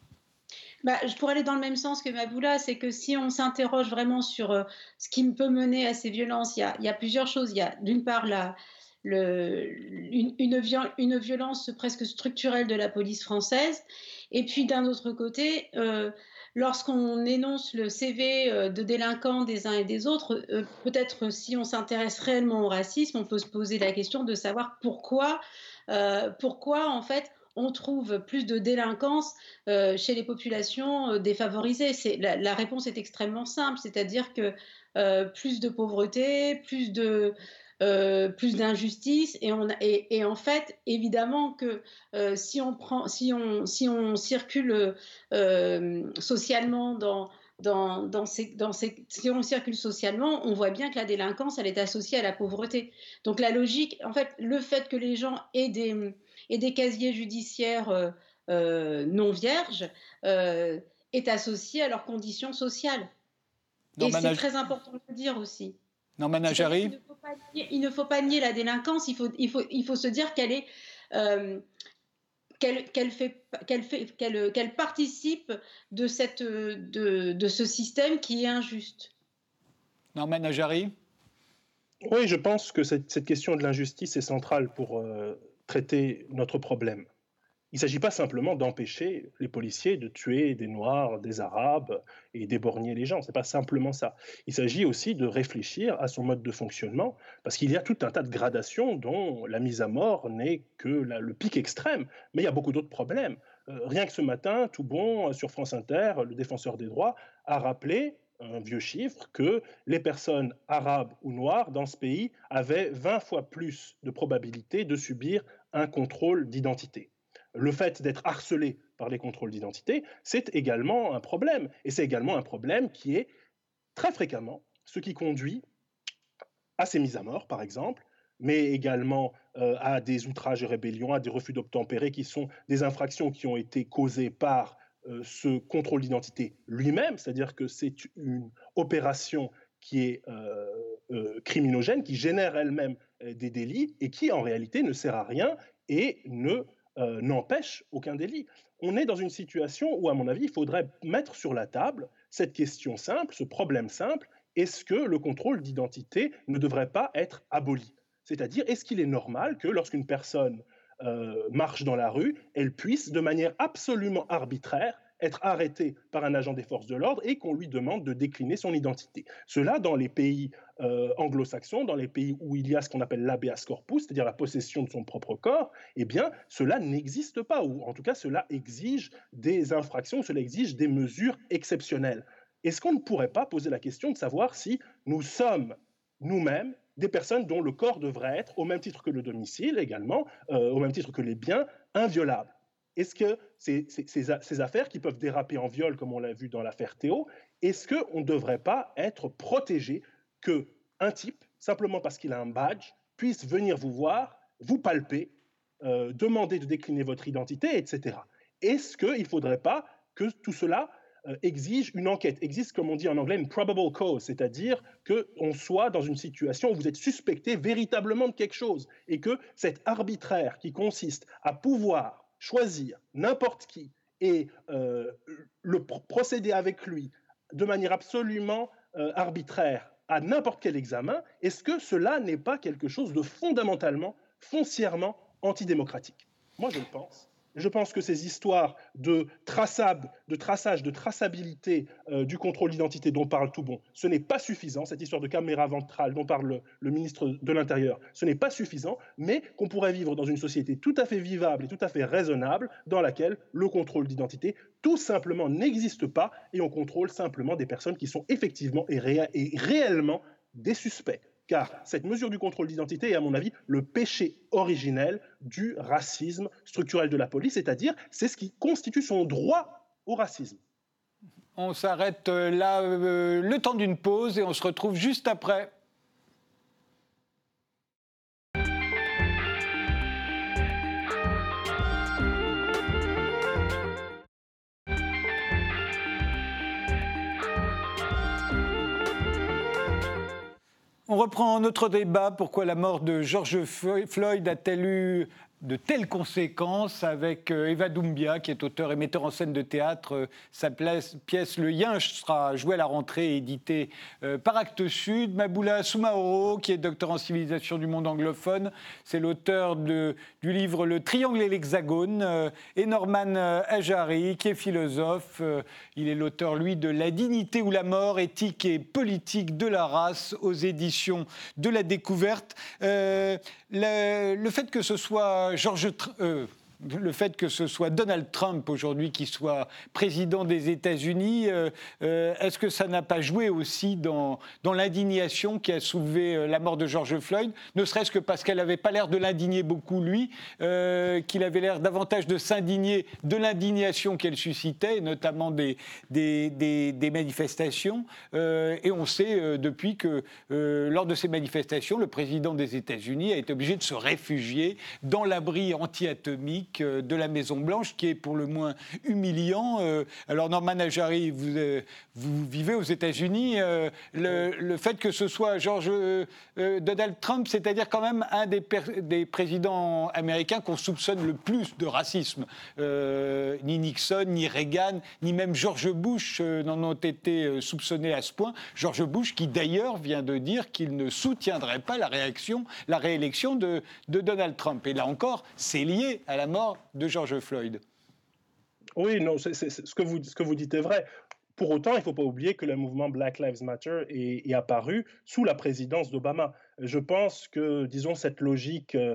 Bah, je pourrais aller dans le même sens que Maboula, c'est que si on s'interroge vraiment sur euh, ce qui peut mener à ces violences, il y a, il y a plusieurs choses. Il y a d'une part la... Le, une, une, viol, une violence presque structurelle de la police française. Et puis d'un autre côté, euh, lorsqu'on énonce le C V de délinquants des uns et des autres, euh, peut-être si on s'intéresse réellement au racisme, on peut se poser la question de savoir pourquoi, euh, pourquoi en fait, on trouve plus de délinquance euh, chez les populations euh, défavorisées. C'est, la, la réponse est extrêmement simple, c'est-à-dire que euh, plus de pauvreté, plus de... Euh, plus d'injustice et, on, et, et en fait évidemment que euh, si on prend si on si on circule euh, socialement dans dans, dans ces, dans ces, si on circule socialement, on voit bien que la délinquance elle est associée à la pauvreté. Donc la logique, en fait, le fait que les gens aient des, aient des casiers judiciaires euh, euh, non vierges euh, est associé à leurs conditions sociales. Non, et manage... c'est très important de le dire aussi. Non, Manajari. Il ne faut pas nier, il ne faut pas nier la délinquance, il faut, il faut, il faut se dire qu'elle est, euh, qu'elle, qu'elle fait, qu'elle fait, qu'elle, qu'elle participe de cette, de, de ce système qui est injuste. Non, Manajari. Oui, je pense que cette, cette question de l'injustice est centrale pour euh, traiter notre problème. Il ne s'agit pas simplement d'empêcher les policiers de tuer des Noirs, des Arabes et d'éborgner les gens. Ce n'est pas simplement ça. Il s'agit aussi de réfléchir à son mode de fonctionnement, parce qu'il y a tout un tas de gradations dont la mise à mort n'est que la, le pic extrême. Mais il y a beaucoup d'autres problèmes. Euh, rien que ce matin, tout bon, sur France Inter, le défenseur des droits a rappelé un vieux chiffre que les personnes arabes ou noires dans ce pays avaient vingt fois plus de probabilité de subir un contrôle d'identité. le fait d'être harcelé par les contrôles d'identité, c'est également un problème. Et c'est également un problème qui est très fréquemment ce qui conduit à ces mises à mort, par exemple, mais également euh, à des outrages et rébellions, à des refus d'obtempérer, qui sont des infractions qui ont été causées par euh, ce contrôle d'identité lui-même, c'est-à-dire que c'est une opération qui est euh, euh, criminogène, qui génère elle-même euh, des délits et qui, en réalité, ne sert à rien et ne, euh, n'empêche aucun délit. On est dans une situation où, à mon avis, il faudrait mettre sur la table cette question simple, ce problème simple: est-ce que le contrôle d'identité ne devrait pas être aboli? C'est-à-dire, est-ce qu'il est normal que lorsqu'une personne euh, marche dans la rue, elle puisse, de manière absolument arbitraire, être arrêtée par un agent des forces de l'ordre et qu'on lui demande de décliner son identité? Cela, dans les pays euh, anglo-saxons, dans les pays où il y a ce qu'on appelle l'habeas corpus, c'est-à-dire la possession de son propre corps, eh bien, cela n'existe pas, ou en tout cas, cela exige des infractions, cela exige des mesures exceptionnelles. Est-ce qu'on ne pourrait pas poser la question de savoir si nous sommes nous-mêmes des personnes dont le corps devrait être, au même titre que le domicile également, euh, au même titre que les biens, inviolables? Est-ce que ces, ces, ces affaires qui peuvent déraper en viol, comme on l'a vu dans l'affaire Théo, est-ce qu'on ne devrait pas être protégé qu'un type, simplement parce qu'il a un badge, puisse venir vous voir, vous palper, euh, demander de décliner votre identité, et cetera? Est-ce qu'il ne faudrait pas que tout cela euh, exige une enquête, existe, comme on dit en anglais, une probable cause, c'est-à-dire qu'on soit dans une situation où vous êtes suspecté véritablement de quelque chose et que cet arbitraire qui consiste à pouvoir choisir n'importe qui et euh, le procéder avec lui de manière absolument euh, arbitraire à n'importe quel examen, est-ce que cela n'est pas quelque chose de fondamentalement, foncièrement antidémocratique? Moi, je le pense. Je pense que ces histoires de, traçable, de traçage, de traçabilité euh, du contrôle d'identité dont parle Toubon, ce n'est pas suffisant. Cette histoire de caméra ventrale dont parle le, le ministre de l'Intérieur, ce n'est pas suffisant, mais qu'on pourrait vivre dans une société tout à fait vivable et tout à fait raisonnable dans laquelle le contrôle d'identité tout simplement n'existe pas et on contrôle simplement des personnes qui sont effectivement et, ré- et réellement des suspects. Car cette mesure du contrôle d'identité est, à mon avis, le péché originel du racisme structurel de la police, c'est-à-dire c'est ce qui constitue son droit au racisme. On s'arrête là euh, le temps d'une pause et on se retrouve juste après. On reprend notre débat. Pourquoi la mort de George Floyd a-t-elle eu de telles conséquences, avec Eva Doumbia, qui est auteur et metteur en scène de théâtre. Sa pièce Le Yinche sera jouée à la rentrée et éditée par Actes Sud. Maboula Soumaoro, qui est docteur en civilisation du monde anglophone, c'est l'auteur de, du livre Le Triangle et l'Hexagone. Et Norman Ajari, qui est philosophe. Il est l'auteur, lui, de La dignité ou la mort, éthique et politique de la race, aux éditions de La Découverte. Euh, le, le fait que ce soit George, euh, le fait que ce soit Donald Trump aujourd'hui qui soit président des États-Unis, euh, euh, est-ce que ça n'a pas joué aussi dans, dans l'indignation qui a soulevé la mort de George Floyd, ne serait-ce que parce qu'elle n'avait pas l'air de l'indigner beaucoup, lui, euh, qu'il avait l'air davantage de s'indigner de l'indignation qu'elle suscitait, notamment des, des, des, des manifestations. Euh, et on sait euh, depuis que, euh, lors de ces manifestations, le président des États-Unis a été obligé de se réfugier dans l'abri anti-atomique de la Maison-Blanche, qui est pour le moins humiliant. Alors, Norman Ajari, vous, vous vivez aux États-Unis. Le, le fait que ce soit George euh, Donald Trump, c'est-à-dire quand même un des, per, des présidents américains qu'on soupçonne le plus de racisme. Euh, ni Nixon, ni Reagan, ni même George Bush euh, n'en ont été soupçonnés à ce point. George Bush, qui d'ailleurs vient de dire qu'il ne soutiendrait pas la, réaction, la réélection de, de Donald Trump. Et là encore, c'est lié à la mort de George Floyd. Oui, non, c'est, c'est, ce, que vous, ce que vous dites est vrai. Pour autant, il ne faut pas oublier que le mouvement Black Lives Matter est, est apparu sous la présidence d'Obama. Je pense que, disons, cette logique euh,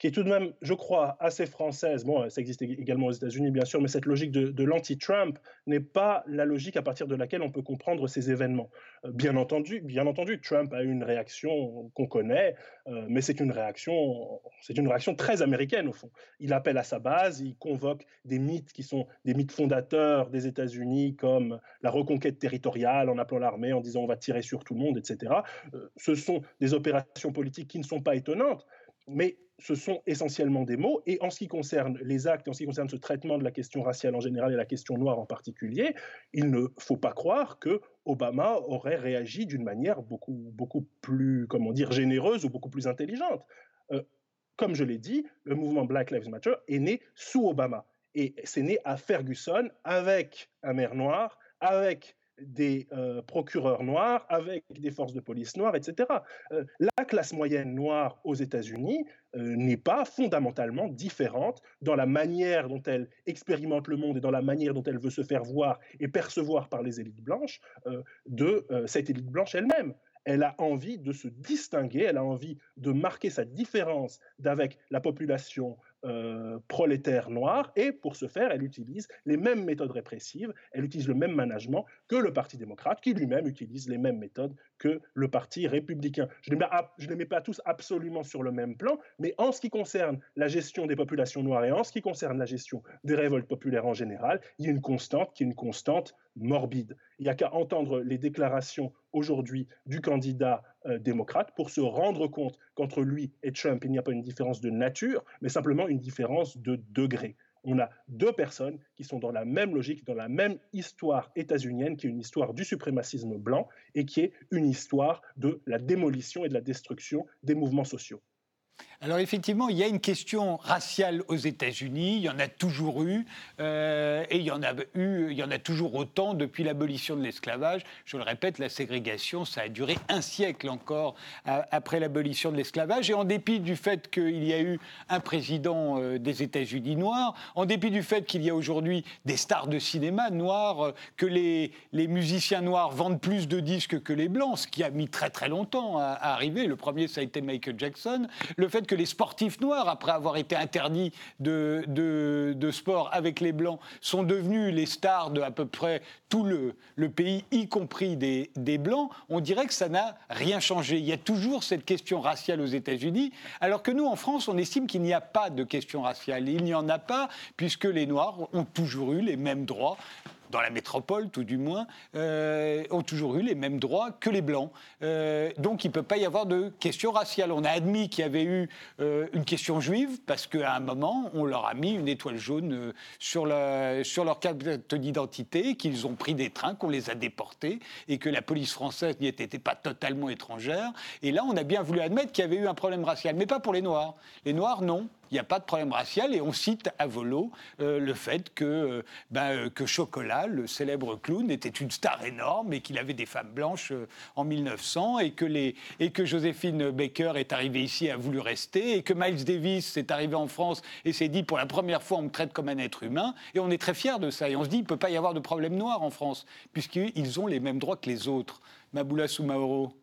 qui est tout de même, je crois, assez française. Bon, ça existe également aux États-Unis, bien sûr, mais cette logique de, de l'anti-Trump n'est pas la logique à partir de laquelle on peut comprendre ces événements. Euh, bien entendu, bien entendu, Trump a eu une réaction qu'on connaît, euh, mais c'est une réaction, c'est une réaction très américaine au fond. Il appelle à sa base, il convoque des mythes qui sont des mythes fondateurs des États-Unis, comme la reconquête territoriale en appelant l'armée, en disant on va tirer sur tout le monde, et cetera. Euh, ce sont des opérations politiques qui ne sont pas étonnantes, mais ce sont essentiellement des mots. Et en ce qui concerne les actes, et en ce qui concerne ce traitement de la question raciale en général et la question noire en particulier, il ne faut pas croire que Obama aurait réagi d'une manière beaucoup, beaucoup plus, comment dire, généreuse ou beaucoup plus intelligente. Euh, comme je l'ai dit, le mouvement Black Lives Matter est né sous Obama. Et c'est né à Ferguson avec un maire noir, avec des euh, procureurs noirs, avec des forces de police noires, et cetera. Euh, la classe moyenne noire aux États-Unis euh, n'est pas fondamentalement différente dans la manière dont elle expérimente le monde et dans la manière dont elle veut se faire voir et percevoir par les élites blanches euh, de euh, cette élite blanche elle-même. Elle a envie de se distinguer, elle a envie de marquer sa différence d'avec la population euh, prolétaire noire, et pour ce faire, elle utilise les mêmes méthodes répressives, elle utilise le même management que le Parti démocrate, qui lui-même utilise les mêmes méthodes que le Parti républicain. Je ne les mets, je les mets pas tous absolument sur le même plan, mais en ce qui concerne la gestion des populations noires et en ce qui concerne la gestion des révoltes populaires en général, il y a une constante qui est une constante morbide. Il n'y a qu'à entendre les déclarations aujourd'hui du candidat euh, démocrate pour se rendre compte qu'entre lui et Trump, il n'y a pas une différence de nature, mais simplement une différence de degré. On a deux personnes qui sont dans la même logique, dans la même histoire états-unienne, qui est une histoire du suprémacisme blanc et qui est une histoire de la démolition et de la destruction des mouvements sociaux. Alors effectivement, il y a une question raciale aux États-Unis, il y en a toujours eu, euh, et il y en a eu, il y en a toujours autant depuis l'abolition de l'esclavage. Je le répète, la ségrégation, ça a duré un siècle encore à, après l'abolition de l'esclavage, et en dépit du fait qu'il y a eu un président euh, des États-Unis noir, en dépit du fait qu'il y a aujourd'hui des stars de cinéma noirs, euh, que les, les musiciens noirs vendent plus de disques que les blancs, ce qui a mis très très longtemps à, à arriver. Le premier, ça a été Michael Jackson. Le fait que les sportifs noirs, après avoir été interdits de, de, de sport avec les Blancs, sont devenus les stars de à peu près tout le, le pays, y compris des, des Blancs, on dirait que ça n'a rien changé. Il y a toujours cette question raciale aux États-Unis, alors que nous, en France, on estime qu'il n'y a pas de question raciale. Il n'y en a pas, puisque les Noirs ont toujours eu les mêmes droits, dans la métropole tout du moins, euh, ont toujours eu les mêmes droits que les Blancs. Euh, donc il ne peut pas y avoir de question raciale. On a admis qu'il y avait eu euh, une question juive, parce qu'à un moment, on leur a mis une étoile jaune euh, sur, la, sur leur carte d'identité, qu'ils ont pris des trains, qu'on les a déportés, et que la police française n'y était pas totalement étrangère. Et là, on a bien voulu admettre qu'il y avait eu un problème racial, mais pas pour les Noirs. Les Noirs, non. Il n'y a pas de problème racial, et on cite à volo euh, le fait que, euh, ben, euh, que Chocolat, le célèbre clown, était une star énorme et qu'il avait des femmes blanches euh, en mille neuf cents, et que, les, et que Joséphine Baker est arrivée ici et a voulu rester, et que Miles Davis est arrivé en France et s'est dit pour la première fois on me traite comme un être humain, et on est très fiers de ça, et on se dit il ne peut pas y avoir de problème noir en France puisqu'ils ont les mêmes droits que les autres. Maboula Soumaoro.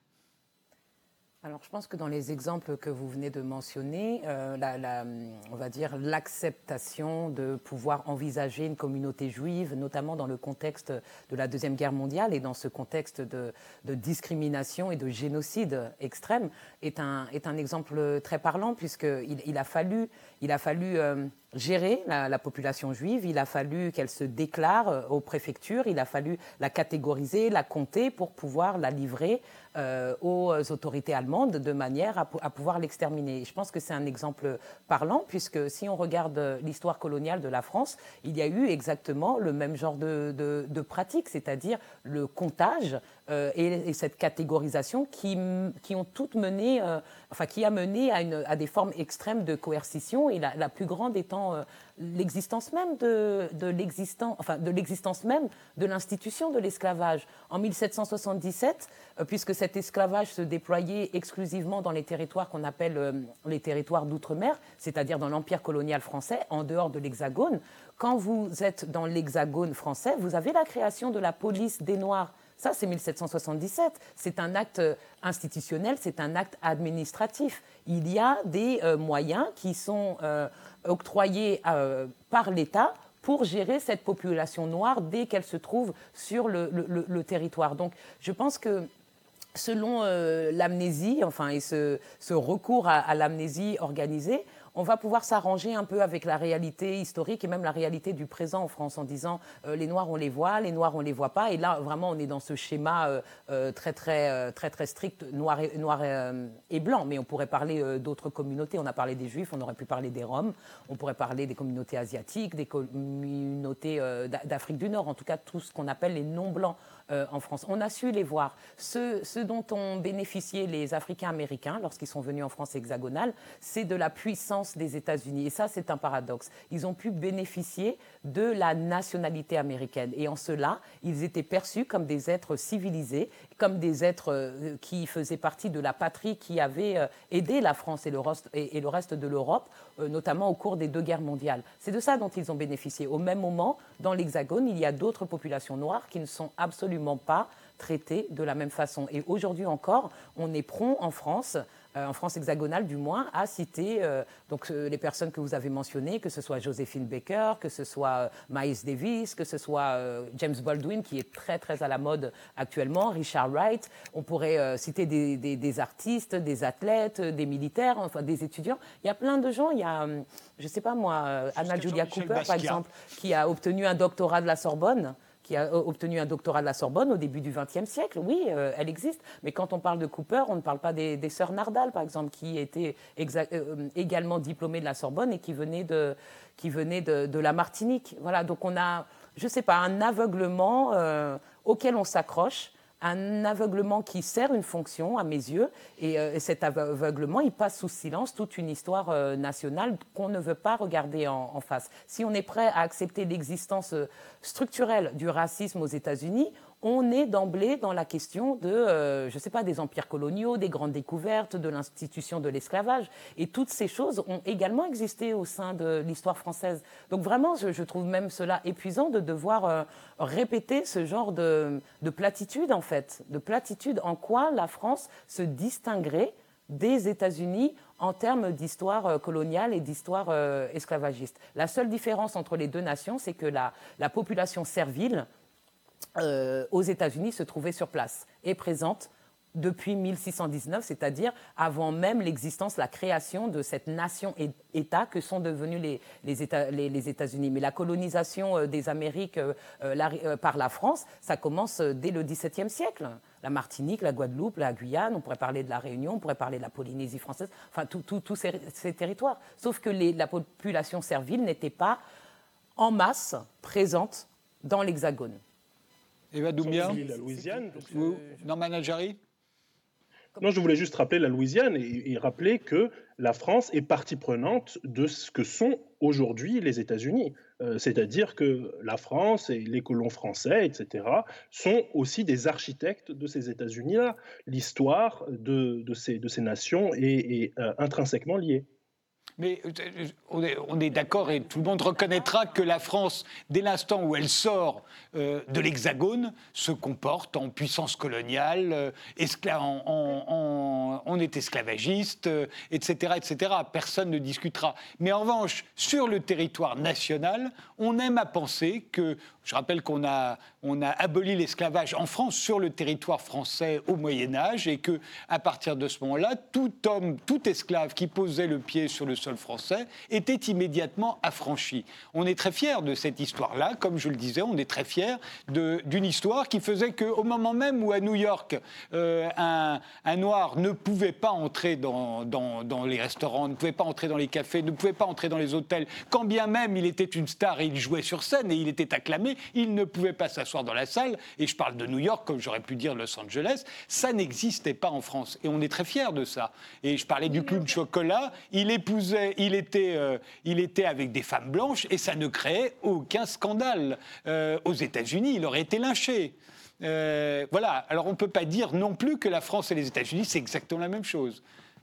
Alors, je pense que dans les exemples que vous venez de mentionner, euh, la, la, on va dire l'acceptation de pouvoir envisager une communauté juive, notamment dans le contexte de la Deuxième Guerre mondiale et dans ce contexte de, de discrimination et de génocide extrême, est un, est un exemple très parlant, puisqu'il il a fallu, il a fallu euh, gérer la, la population juive, il a fallu qu'elle se déclare aux préfectures, il a fallu la catégoriser, la compter pour pouvoir la livrer euh, aux autorités allemandes de manière à, à pouvoir l'exterminer. Je pense que c'est un exemple parlant, puisque si on regarde l'histoire coloniale de la France, il y a eu exactement le même genre de, de, de pratique, c'est-à-dire le comptage euh, et, et cette catégorisation qui, qui ont toutes mené, euh, enfin qui a mené à, une, à des formes extrêmes de coercition, et la, la plus grande étant euh, l'existence même de, de l'existence, enfin de l'existence même de l'institution de l'esclavage. En mille sept cent soixante-dix-sept, euh, puisque cet esclavage se déployait exclusivement dans les territoires qu'on appelle euh, les territoires d'outre-mer, c'est-à-dire dans l'empire colonial français, en dehors de l'Hexagone. Quand vous êtes dans l'Hexagone français, vous avez la création de la police des Noirs Ça, c'est mille sept cent soixante-dix-sept. C'est un acte institutionnel, c'est un acte administratif. Il y a des euh, moyens qui sont euh, octroyés euh, par l'État pour gérer cette population noire dès qu'elle se trouve sur le, le, le territoire. Donc, je pense que selon euh, l'amnésie, enfin, et ce, ce recours à, à l'amnésie organisée, on va pouvoir s'arranger un peu avec la réalité historique et même la réalité du présent en France en disant euh, les Noirs on les voit, les Noirs on les voit pas. Et là vraiment on est dans ce schéma euh, euh, très très euh, très très strict noir et, noir et, euh, et blanc. Mais on pourrait parler euh, d'autres communautés. On a parlé des Juifs, on aurait pu parler des Roms, on pourrait parler des communautés asiatiques, des communautés euh, d'Afrique du Nord. En tout cas tout ce qu'on appelle les non blancs. Euh, en France. On a su les voir. Ce, ce dont ont bénéficié les Africains-Américains lorsqu'ils sont venus en France hexagonale, c'est de la puissance des États-Unis. Et ça, c'est un paradoxe. Ils ont pu bénéficier de la nationalité américaine. Et en cela, ils étaient perçus comme des êtres civilisés, comme des êtres euh, qui faisaient partie de la patrie qui avait euh, aidé la France et le reste, et, et le reste de l'Europe, euh, notamment au cours des deux guerres mondiales. C'est de ça dont ils ont bénéficié. Au même moment, dans l'Hexagone, il y a d'autres populations noires qui ne sont absolument pas traités de la même façon. Et aujourd'hui encore, on est prompt en France, euh, en France hexagonale du moins, à citer euh, donc, euh, les personnes que vous avez mentionnées, que ce soit Josephine Baker, que ce soit euh, Miles Davis, que ce soit euh, James Baldwin, qui est très très à la mode actuellement, Richard Wright. On pourrait euh, citer des, des, des artistes, des athlètes, des militaires, enfin des étudiants. Il y a plein de gens. Il y a, euh, je ne sais pas moi, euh, Anna Julia Cooper, Basquiat, par exemple, qui a obtenu un doctorat de la Sorbonne. qui a obtenu un doctorat de la Sorbonne au début du vingtième siècle. Oui, euh, elle existe. Mais quand on parle de Cooper, on ne parle pas des, des sœurs Nardal, par exemple, qui étaient exa- euh, également diplômées de la Sorbonne et qui venaient de, qui venaient de, de la Martinique. Voilà, donc on a, je ne sais pas, un aveuglement euh, auquel on s'accroche, un aveuglement qui sert une fonction, à mes yeux, et, euh, et cet aveuglement, il passe sous silence toute une histoire euh, nationale qu'on ne veut pas regarder en, en face. Si on est prêt à accepter l'existence euh, structurelle du racisme aux États-Unis, on est d'emblée dans la question de, euh, je ne sais pas, des empires coloniaux, des grandes découvertes, de l'institution de l'esclavage. Et toutes ces choses ont également existé au sein de l'histoire française. Donc vraiment, je, je trouve même cela épuisant de devoir euh, répéter ce genre de, de platitude, en fait. De platitude en quoi la France se distinguerait des États-Unis en termes d'histoire coloniale et d'histoire euh, esclavagiste. La seule différence entre les deux nations, c'est que la, la population servile Euh, aux États-Unis se trouvait sur place et présente depuis mille six cent dix-neuf, c'est-à-dire avant même l'existence, la création de cette nation-État que sont devenus les, les, États, les, les États-Unis. Mais la colonisation euh, des Amériques euh, la, euh, par la France, ça commence euh, dès le dix-septième siècle. La Martinique, la Guadeloupe, la Guyane, on pourrait parler de la Réunion, on pourrait parler de la Polynésie française, enfin tous ces, ces territoires. Sauf que les, la population servile n'était pas en masse présente dans l'Hexagone. Eva Doumia, la Louisiane. Vous, Norman Adjari. Non, je voulais juste rappeler la Louisiane et, et rappeler que la France est partie prenante de ce que sont aujourd'hui les États-Unis. Euh, c'est-à-dire que la France et les colons français, et cetera, sont aussi des architectes de ces États-Unis-là. L'histoire de, de, ces, de ces nations est, est euh, intrinsèquement liée. Mais on est, on est d'accord et tout le monde reconnaîtra que la France, dès l'instant où elle sort euh, de l'Hexagone, se comporte en puissance coloniale, euh, escla- en, en, en, on est esclavagiste, euh, et cetera, et cetera. Personne ne discutera. Mais en revanche, sur le territoire national, on aime à penser que, je rappelle qu'on a, on a aboli l'esclavage en France sur le territoire français au Moyen-Âge et qu'à partir de ce moment-là, tout homme, tout esclave qui posait le pied sur le sol français était immédiatement affranchi. On est très fiers de cette histoire-là, comme je le disais, on est très fiers de, d'une histoire qui faisait qu'au moment même où à New York, euh, un, un noir ne pouvait pas entrer dans, dans, dans les restaurants, ne pouvait pas entrer dans les cafés, ne pouvait pas entrer dans les hôtels, quand bien même il était une star et il jouait sur scène et il était acclamé, il ne pouvait pas s'asseoir dans la salle, et je parle de New York comme j'aurais pu dire Los Angeles, ça n'existait pas en France, et on est très fiers de ça. Et je parlais du clown de chocolat, il épousait, il était, euh, il était avec des femmes blanches, et ça ne créait aucun scandale. Euh, aux États-Unis, il aurait été lynché. Euh, voilà, alors on ne peut pas dire non plus que la France et les États-Unis, c'est exactement la même chose.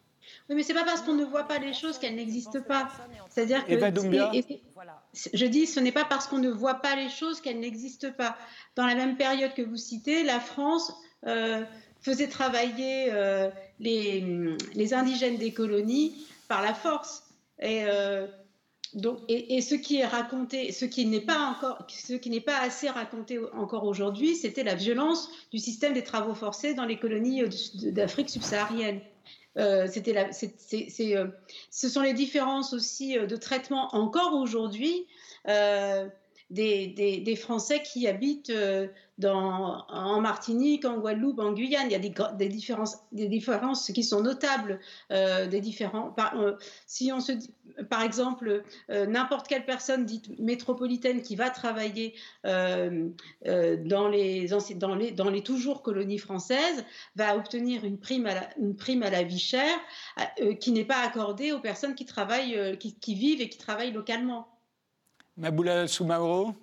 Oui, mais c'est pas parce qu'on ne voit pas les choses qu'elles n'existent pas. C'est-à-dire que, Eva Doumbia. et- et- je dis, ce n'est pas parce qu'on ne voit pas les choses qu'elles n'existent pas. Dans la même période que vous citez, la France euh, faisait travailler euh, les, les indigènes des colonies par la force. Et, euh, donc, et, et ce qui est raconté, ce qui n'est pas encore, ce qui n'est pas assez raconté encore aujourd'hui, c'était la violence du système des travaux forcés dans les colonies d'Afrique subsaharienne. Euh, c'était la, c'est, c'est, c'est, euh, ce sont les différences aussi euh, de traitement encore aujourd'hui euh, des, des, des Français qui habitent euh, dans, en Martinique, en Guadeloupe, en Guyane. Il y a des, des, différences, des différences qui sont notables. Euh, des différents, par, euh, si on se dit, par exemple, euh, n'importe quelle personne dite métropolitaine qui va travailler euh, euh, dans, les, dans, les, dans les toujours colonies françaises va obtenir une prime à la, une prime à la vie chère euh, qui n'est pas accordée aux personnes qui travaillent, euh, qui, qui vivent et qui travaillent localement. Maboula Soumaoro.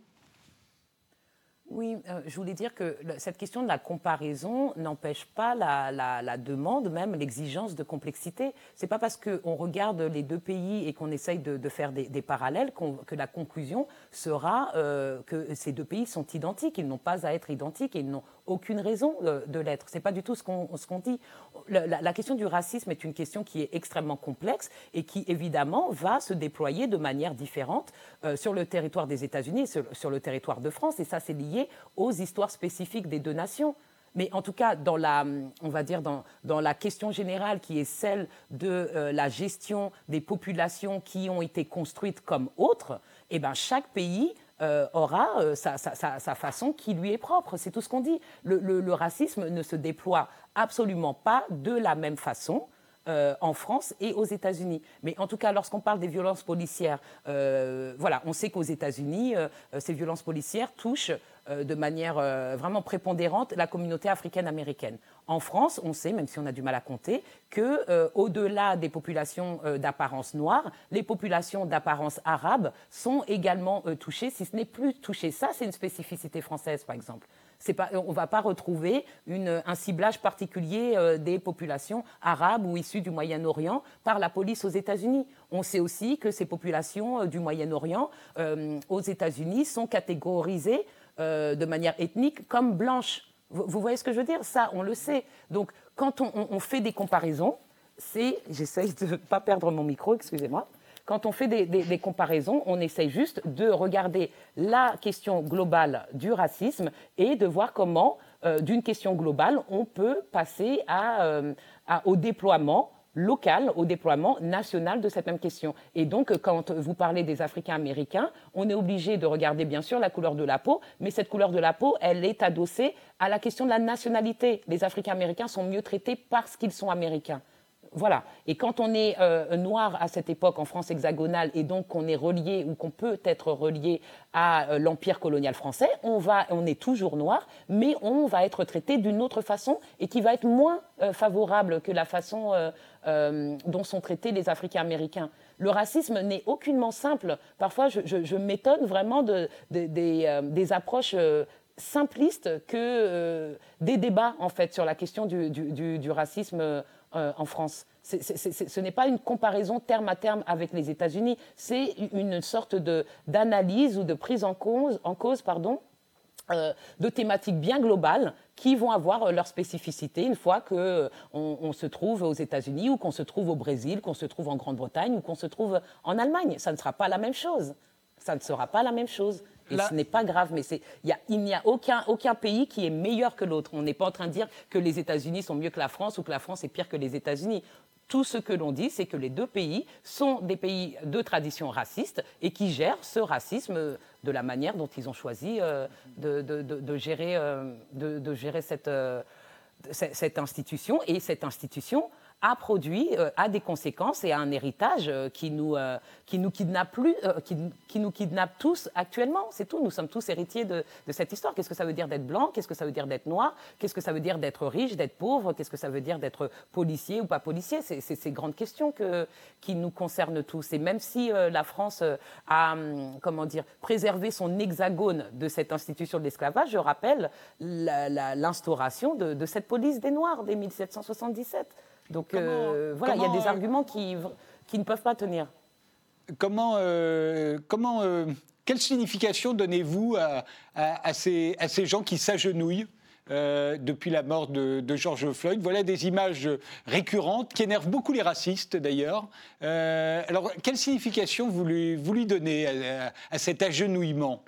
Oui, euh, je voulais dire que le, cette question de la comparaison n'empêche pas la, la, la demande, même l'exigence de complexité. C'est pas parce qu'on regarde les deux pays et qu'on essaye de, de faire des, des parallèles qu'on, que la conclusion sera euh, que ces deux pays sont identiques. Ils n'ont pas à être identiques et ils n'ont aucune raison de, de l'être. C'est pas du tout ce qu'on, ce qu'on dit. La, la, la question du racisme est une question qui est extrêmement complexe et qui, évidemment, va se déployer de manière différente euh, sur le territoire des États-Unis et sur, sur le territoire de France. Et ça, c'est lié aux histoires spécifiques des deux nations. Mais en tout cas, dans la, on va dire dans, dans la question générale qui est celle de euh, la gestion des populations qui ont été construites comme autres, eh ben, chaque pays euh, aura euh, sa, sa, sa, sa façon qui lui est propre. C'est tout ce qu'on dit. Le, le, le racisme ne se déploie absolument pas de la même façon Euh, en France et aux États-Unis. Mais en tout cas, lorsqu'on parle des violences policières, euh, voilà, on sait qu'aux États-Unis, euh, ces violences policières touchent euh, de manière euh, vraiment prépondérante la communauté africaine-américaine. En France, on sait, même si on a du mal à compter, que euh, au-delà des populations euh, d'apparence noire, les populations d'apparence arabe sont également euh, touchées, si ce n'est plus touchées. Ça, c'est une spécificité française, par exemple. C'est pas, on ne va pas retrouver une, un ciblage particulier euh, des populations arabes ou issues du Moyen-Orient par la police aux États-Unis. On sait aussi que ces populations euh, du Moyen-Orient euh, aux États-Unis sont catégorisées euh, de manière ethnique comme blanches. Vous, vous voyez ce que je veux dire? Ça, on le sait. Donc, quand on, on, on fait des comparaisons, c'est... J'essaye de ne pas perdre mon micro, excusez-moi. Quand on fait des, des, des comparaisons, on essaye juste de regarder la question globale du racisme et de voir comment, euh, d'une question globale, on peut passer à, euh, à, au déploiement local, au déploiement national de cette même question. Et donc, quand vous parlez des Africains-Américains, on est obligé de regarder, bien sûr, la couleur de la peau, mais cette couleur de la peau, elle est adossée à la question de la nationalité. Les Africains-Américains sont mieux traités parce qu'ils sont américains. Voilà. Et quand on est euh, noir à cette époque en France hexagonale et donc qu'on est relié ou qu'on peut être relié à euh, l'empire colonial français, on, va, on est toujours noir, mais on va être traité d'une autre façon et qui va être moins euh, favorable que la façon euh, euh, dont sont traités les Africains-Américains. Le racisme n'est aucunement simple. Parfois, je, je, je m'étonne vraiment de, de, des, euh, des approches euh, simplistes que euh, des débats en fait sur la question du, du, du, du racisme euh, en France. C'est, c'est, c'est, ce n'est pas une comparaison terme à terme avec les États-Unis, c'est une sorte de, d'analyse ou de prise en cause, en cause pardon, euh, de thématiques bien globales qui vont avoir leur spécificité une fois qu'on euh, on se trouve aux États-Unis ou qu'on se trouve au Brésil, qu'on se trouve en Grande-Bretagne ou qu'on se trouve en Allemagne. Ça ne sera pas la même chose. Ça ne sera pas la même chose. Et Là... ce n'est pas grave, mais c'est, y a, il n'y a aucun, aucun pays qui est meilleur que l'autre. On n'est pas en train de dire que les États-Unis sont mieux que la France ou que la France est pire que les États-Unis. Tout ce que l'on dit, c'est que les deux pays sont des pays de tradition raciste et qui gèrent ce racisme de la manière dont ils ont choisi euh, de, de, de, de, gérer, euh, de, de gérer cette, euh, cette institution. Et cette institution a produit, euh, a des conséquences et a un héritage euh, qui nous, euh, qui nous kidnappe plus, euh, qui, qui nous kidnappe tous actuellement. C'est tout. Nous sommes tous héritiers de, de cette histoire. Qu'est-ce que ça veut dire d'être blanc? Qu'est-ce que ça veut dire d'être noir? Qu'est-ce que ça veut dire d'être riche, d'être pauvre? Qu'est-ce que ça veut dire d'être policier ou pas policier? C'est, c'est ces grandes questions que, qui nous concernent tous. Et même si euh, la France euh, a, hum, comment dire, préservé son hexagone de cette institution de l'esclavage, je rappelle la, la, l'instauration de, de cette police des Noirs dès mille sept cent soixante-dix-sept. Donc comment, euh, voilà, il y a des arguments qui, qui ne peuvent pas tenir. Comment, euh, comment, euh, quelle signification donnez-vous à, à, à, ces, à ces gens qui s'agenouillent euh, depuis la mort de, de George Floyd? Voilà des images récurrentes qui énervent beaucoup les racistes d'ailleurs. Euh, alors, quelle signification vous lui, vous lui donnez à, à, à cet agenouillement?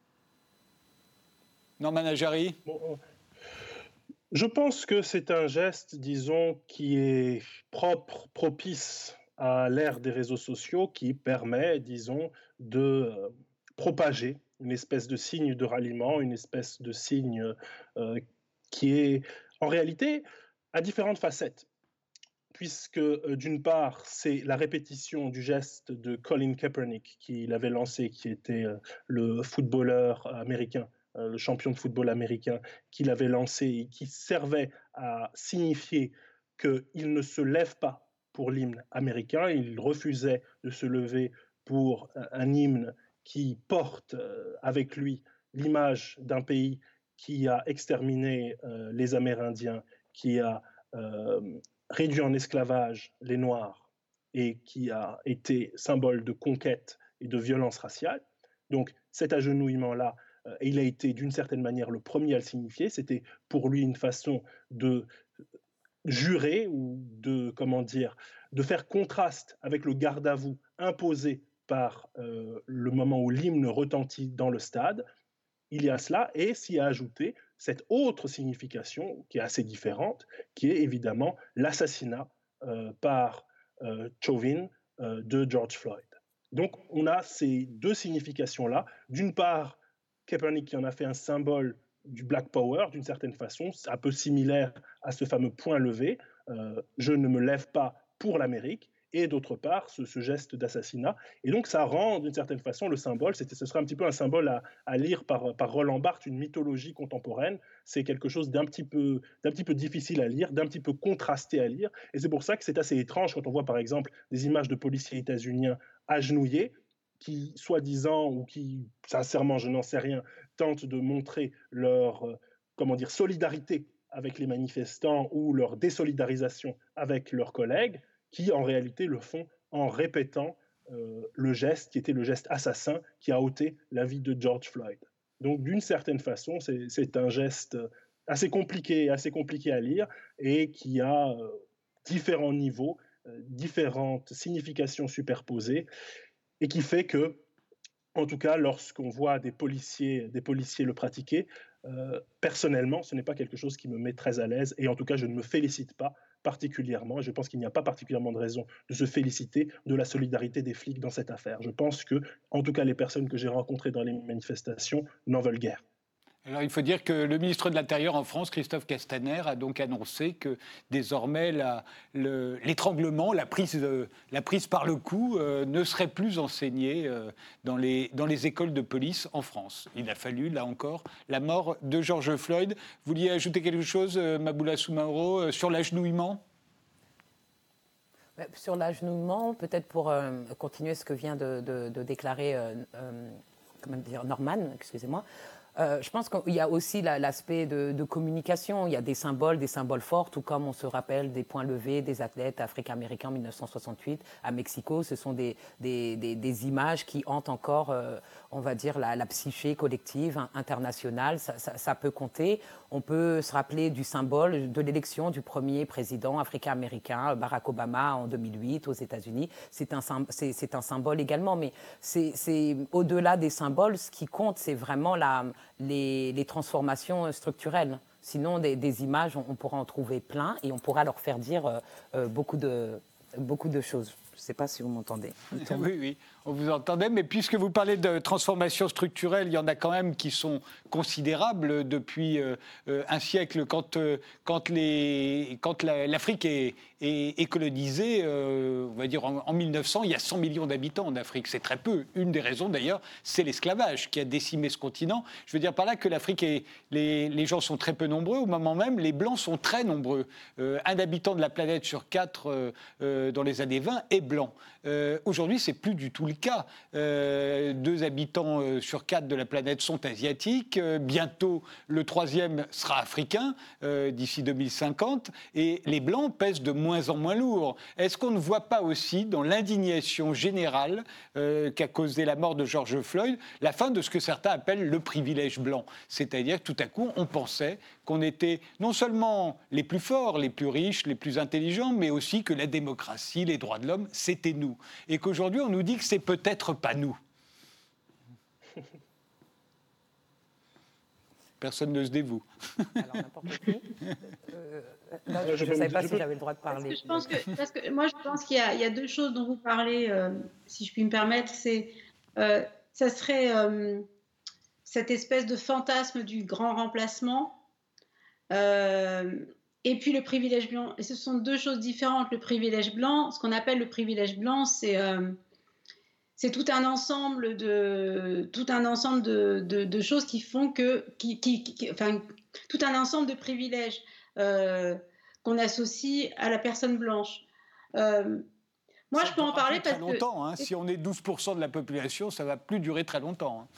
Norman Ajari? Bon, je pense que c'est un geste, disons, qui est propre, propice à l'ère des réseaux sociaux, qui permet, disons, de euh, propager une espèce de signe de ralliement, une espèce de signe euh, qui est, en réalité, à différentes facettes. Puisque, euh, d'une part, c'est la répétition du geste de Colin Kaepernick, qu'il avait lancé, qui était euh, le footballeur américain, euh, le champion de football américain, qu'il avait lancé et qui servait à signifier qu'il ne se lève pas pour l'hymne américain, il refusait de se lever pour un hymne qui porte euh, avec lui l'image d'un pays qui a exterminé euh, les Amérindiens, qui a euh, réduit en esclavage les Noirs et qui a été symbole de conquête et de violence raciale. Donc cet agenouillement-là, euh, il a été d'une certaine manière le premier à le signifier. C'était pour lui une façon de jurer ou de, comment dire, de faire contraste avec le garde-à-vous imposé par euh, le moment où l'hymne retentit dans le stade. Il y a cela, et s'y a ajouté cette autre signification qui est assez différente, qui est évidemment l'assassinat euh, par euh, Chauvin euh, de George Floyd. Donc on a ces deux significations-là. D'une part, Kaepernick qui en a fait un symbole du Black Power, d'une certaine façon, c'est un peu similaire à ce fameux point levé, euh, je ne me lève pas pour l'Amérique, et d'autre part, ce, ce geste d'assassinat. Et donc, ça rend, d'une certaine façon, le symbole, c'était, ce serait un petit peu un symbole à, à lire par, par Roland Barthes, une mythologie contemporaine. C'est quelque chose d'un petit peu, d'un petit peu difficile à lire, d'un petit peu contrasté à lire. Et c'est pour ça que c'est assez étrange quand on voit, par exemple, des images de policiers états-uniens agenouillés, qui, soi-disant, ou qui, sincèrement, je n'en sais rien, tentent de montrer leur, euh, comment dire, solidarité avec les manifestants ou leur désolidarisation avec leurs collègues, qui en réalité le font en répétant euh, le geste qui était le geste assassin qui a ôté la vie de George Floyd. Donc d'une certaine façon, c'est, c'est un geste assez compliqué, assez compliqué à lire et qui a euh, différents niveaux, euh, différentes significations superposées et qui fait que, en tout cas, lorsqu'on voit des policiers, des policiers le pratiquer, euh, personnellement, ce n'est pas quelque chose qui me met très à l'aise et en tout cas, je ne me félicite pas particulièrement, et je pense qu'il n'y a pas particulièrement de raison de se féliciter de la solidarité des flics dans cette affaire. Je pense que, en tout cas, les personnes que j'ai rencontrées dans les manifestations n'en veulent guère. Alors, il faut dire que le ministre de l'Intérieur en France, Christophe Castaner, a donc annoncé que désormais la, le, l'étranglement, la prise, euh, la prise par le cou euh, ne serait plus enseignée euh, dans, les, dans les écoles de police en France. Il a fallu, là encore, la mort de George Floyd. Vous vouliez ajouter quelque chose, euh, Maboula Soumaoro, euh, sur l'agenouillement ? Sur l'agenouillement, peut-être pour euh, continuer ce que vient de, de, de déclarer euh, euh, comment dire, Norman, excusez-moi. Euh, je pense qu'il y a aussi la, l'aspect de, de communication. Il y a des symboles, des symboles forts, tout comme on se rappelle des points levés des athlètes africains-américains en dix-neuf cent soixante-huit à Mexico. Ce sont des, des, des, des images qui hantent encore, euh, on va dire, la, la psyché collective hein, internationale. Ça, ça, ça peut compter. On peut se rappeler du symbole de l'élection du premier président africain-américain, Barack Obama, en deux mille huit aux États-Unis. C'est un, c'est, c'est un symbole également, mais c'est, c'est au-delà des symboles. Ce qui compte, c'est vraiment la Les, les transformations structurelles. Sinon, des, des images, on, on pourra en trouver plein et on pourra leur faire dire euh, euh, beaucoup, de, beaucoup de choses. Je ne sais pas si vous m'entendez. Oui, oui, on vous entendait, mais puisque vous parlez de transformations structurelles, il y en a quand même qui sont considérables depuis euh, un siècle. Quand, euh, quand, les, quand la, l'Afrique est, est, est colonisée, euh, on va dire en, en mille neuf cents, il y a cent millions d'habitants en Afrique. C'est très peu. Une des raisons, d'ailleurs, c'est l'esclavage qui a décimé ce continent. Je veux dire par là que l'Afrique, est, les, les gens sont très peu nombreux. Au moment même, les Blancs sont très nombreux. Euh, un habitant de la planète sur quatre euh, euh, dans les années vingt est blancs. Euh, aujourd'hui, c'est plus du tout le cas. Euh, deux habitants euh, sur quatre de la planète sont asiatiques. Euh, bientôt, le troisième sera africain euh, d'ici deux mille cinquante. Et les blancs pèsent de moins en moins lourd. Est-ce qu'on ne voit pas aussi, dans l'indignation générale euh, qu'a causé la mort de George Floyd, la fin de ce que certains appellent le privilège blanc? C'est-à-dire que tout à coup, on pensait qu'on était non seulement les plus forts, les plus riches, les plus intelligents, mais aussi que la démocratie, les droits de l'homme, c'était nous. Et qu'aujourd'hui, on nous dit que c'est peut-être pas nous. Personne ne se dévoue. Alors, n'importe qui. Euh, là, je ne savais pas si j'avais le droit de parler. Parce que je pense que, parce que moi, je pense qu'il y a, il y a deux choses dont vous parlez, euh, si je puis me permettre. C'est, euh, ça serait euh, cette espèce de fantasme du grand remplacement. Euh, et puis le privilège blanc. Et ce sont deux choses différentes. Le privilège blanc, ce qu'on appelle le privilège blanc, c'est euh, c'est tout un ensemble de tout un ensemble de, de, de choses qui font que qui, qui, qui, enfin tout un ensemble de privilèges euh, qu'on associe à la personne blanche. Euh, moi, ça je peux en parler très parce longtemps, que hein. Si on est douze pour cent de la population, ça va plus durer très longtemps. Hein.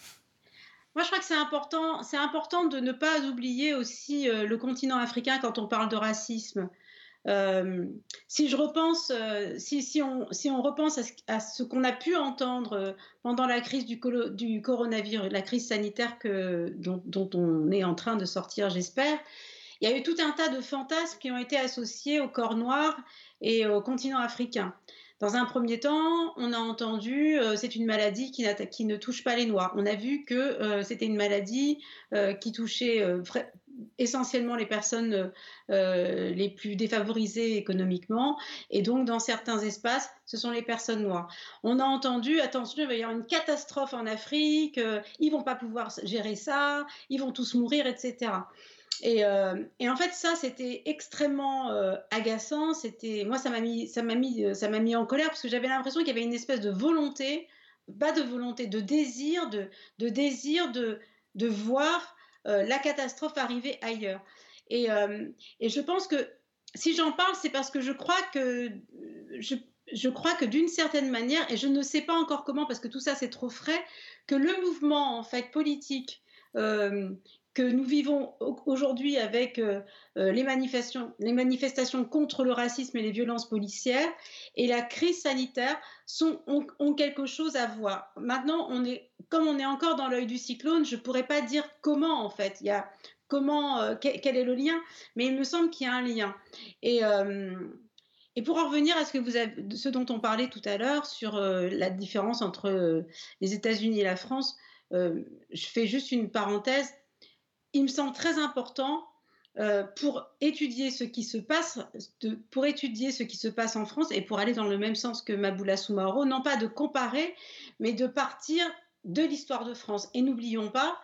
Moi, je crois que c'est important, c'est important de ne pas oublier aussi euh, le continent africain quand on parle de racisme. Euh, si je repense, euh, si, si, on, si on repense à ce, à ce qu'on a pu entendre euh, pendant la crise du, colo, du coronavirus, la crise sanitaire que, dont, dont on est en train de sortir, j'espère, il y a eu tout un tas de fantasmes qui ont été associés au corps noir et au continent africain. Dans un premier temps, on a entendu euh, c'est une maladie qui, qui ne touche pas les Noirs. On a vu que euh, c'était une maladie euh, qui touchait euh, essentiellement les personnes euh, les plus défavorisées économiquement. Et donc, dans certains espaces, ce sont les personnes noires. On a entendu, attention, il va y avoir une catastrophe en Afrique, euh, ils ne vont pas pouvoir gérer ça, ils vont tous mourir, et cetera. Et, euh, et en fait, ça, c'était extrêmement euh, agaçant. C'était, moi, ça m'a mis, ça m'a mis, ça m'a mis en colère parce que j'avais l'impression qu'il y avait une espèce de volonté, pas de volonté, de désir, de, de désir de, de voir euh, la catastrophe arriver ailleurs. Et, euh, et je pense que si j'en parle, c'est parce que je crois que je, je crois que d'une certaine manière, et je ne sais pas encore comment, parce que tout ça c'est trop frais, que le mouvement en fait politique euh, que nous vivons aujourd'hui avec euh, les, manifestations, les manifestations contre le racisme et les violences policières et la crise sanitaire sont, ont, ont quelque chose à voir. Maintenant, on est, comme on est encore dans l'œil du cyclone, je ne pourrais pas dire comment en fait, il y a comment, euh, quel, quel est le lien, mais il me semble qu'il y a un lien. Et, euh, et pour en revenir à ce, que vous avez, ce dont on parlait tout à l'heure sur euh, la différence entre euh, les États-Unis et la France, euh, je fais juste une parenthèse. Il me semble très important euh, pour étudier ce qui se passe, de, pour étudier ce qui se passe en France et pour aller dans le même sens que Maboula Soumaoro, non pas de comparer, mais de partir de l'histoire de France. Et n'oublions pas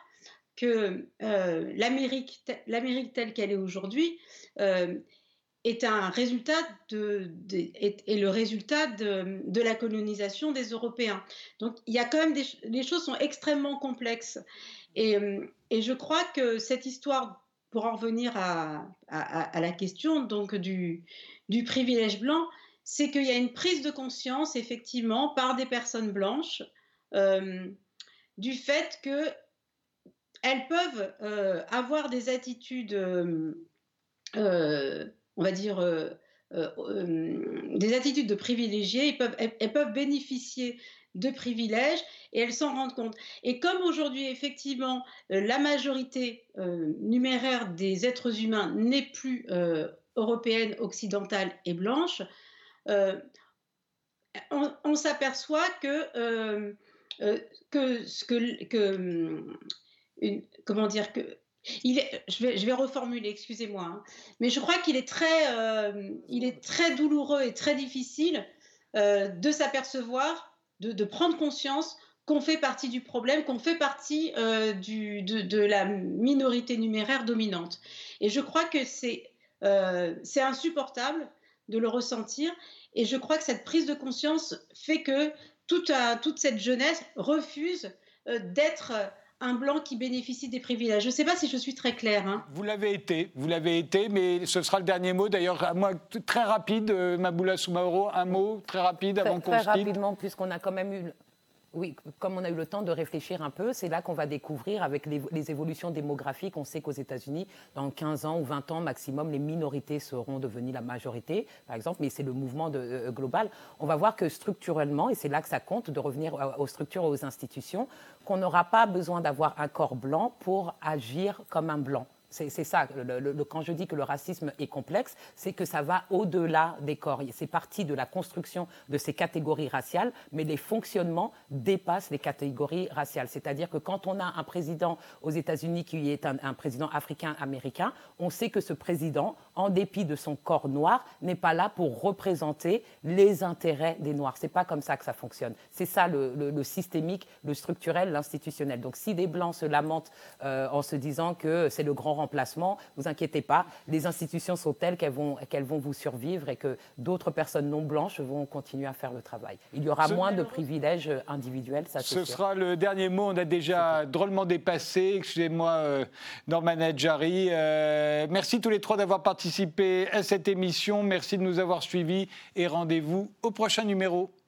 que euh, l'Amérique, l'Amérique telle qu'elle est aujourd'hui euh, est un résultat de, de, est, est le résultat de, de la colonisation des Européens. Donc il y a quand même des, les choses sont extrêmement complexes. Et, et je crois que cette histoire, pour en revenir à, à, à la question donc du, du privilège blanc, c'est qu'il y a une prise de conscience, effectivement, par des personnes blanches, euh, du fait qu'elles peuvent euh, avoir des attitudes, euh, euh, on va dire, euh, euh, des attitudes de privilégiés, elles peuvent, elles, elles peuvent bénéficier de privilèges et elles s'en rendent compte. Et comme aujourd'hui, effectivement, euh, la majorité euh, numéraire des êtres humains n'est plus euh, européenne, occidentale et blanche, euh, on, on s'aperçoit que, euh, euh, que, que, que une, comment dire que il est, je, vais, je vais reformuler, excusez-moi, hein, mais je crois qu'il est très, euh, il est très douloureux et très difficile euh, de s'apercevoir De, de prendre conscience qu'on fait partie du problème, qu'on fait partie euh, du, de, de la minorité numéraire dominante. Et je crois que c'est, euh, c'est insupportable de le ressentir. Et je crois que cette prise de conscience fait que toute, euh, toute cette jeunesse refuse euh, d'être un blanc qui bénéficie des privilèges. Je ne sais pas si je suis très claire. Hein. Vous l'avez été, vous l'avez été, mais ce sera le dernier mot. D'ailleurs, à moi, très rapide, euh, Maboula Soumaoro, un mot très rapide avant qu'on se quitte. Très rapidement, puisqu'on a quand même eu... Oui, comme on a eu le temps de réfléchir un peu, c'est là qu'on va découvrir avec les, les évolutions démographiques. On sait qu'aux États-Unis, dans quinze ans ou vingt ans maximum, les minorités seront devenues la majorité, par exemple, mais c'est le mouvement de, euh, global. On va voir que structurellement, et c'est là que ça compte de revenir aux structures et aux institutions, qu'on n'aura pas besoin d'avoir un corps blanc pour agir comme un blanc. C'est, c'est ça, le, le, quand je dis que le racisme est complexe, c'est que ça va au-delà des corps. C'est parti de la construction de ces catégories raciales, mais les fonctionnements dépassent les catégories raciales. C'est-à-dire que quand on a un président aux États-Unis qui est un, un président africain-américain, on sait que ce président, en dépit de son corps noir, n'est pas là pour représenter les intérêts des Noirs. C'est pas comme ça que ça fonctionne. C'est ça le, le, le systémique, le structurel, l'institutionnel. Donc si des Blancs se lamentent euh, en se disant que c'est le grand remplacement, vous inquiétez pas, les institutions sont telles qu'elles vont, qu'elles vont vous survivre et que d'autres personnes non blanches vont continuer à faire le travail. Il y aura Ce moins de privilèges individuels, ça c'est Ce sûr. sera le dernier mot, on a déjà drôlement dépassé, excusez-moi euh, Norman Adjari. Euh, merci tous les trois d'avoir participé à cette émission, merci de nous avoir suivis et rendez-vous au prochain numéro.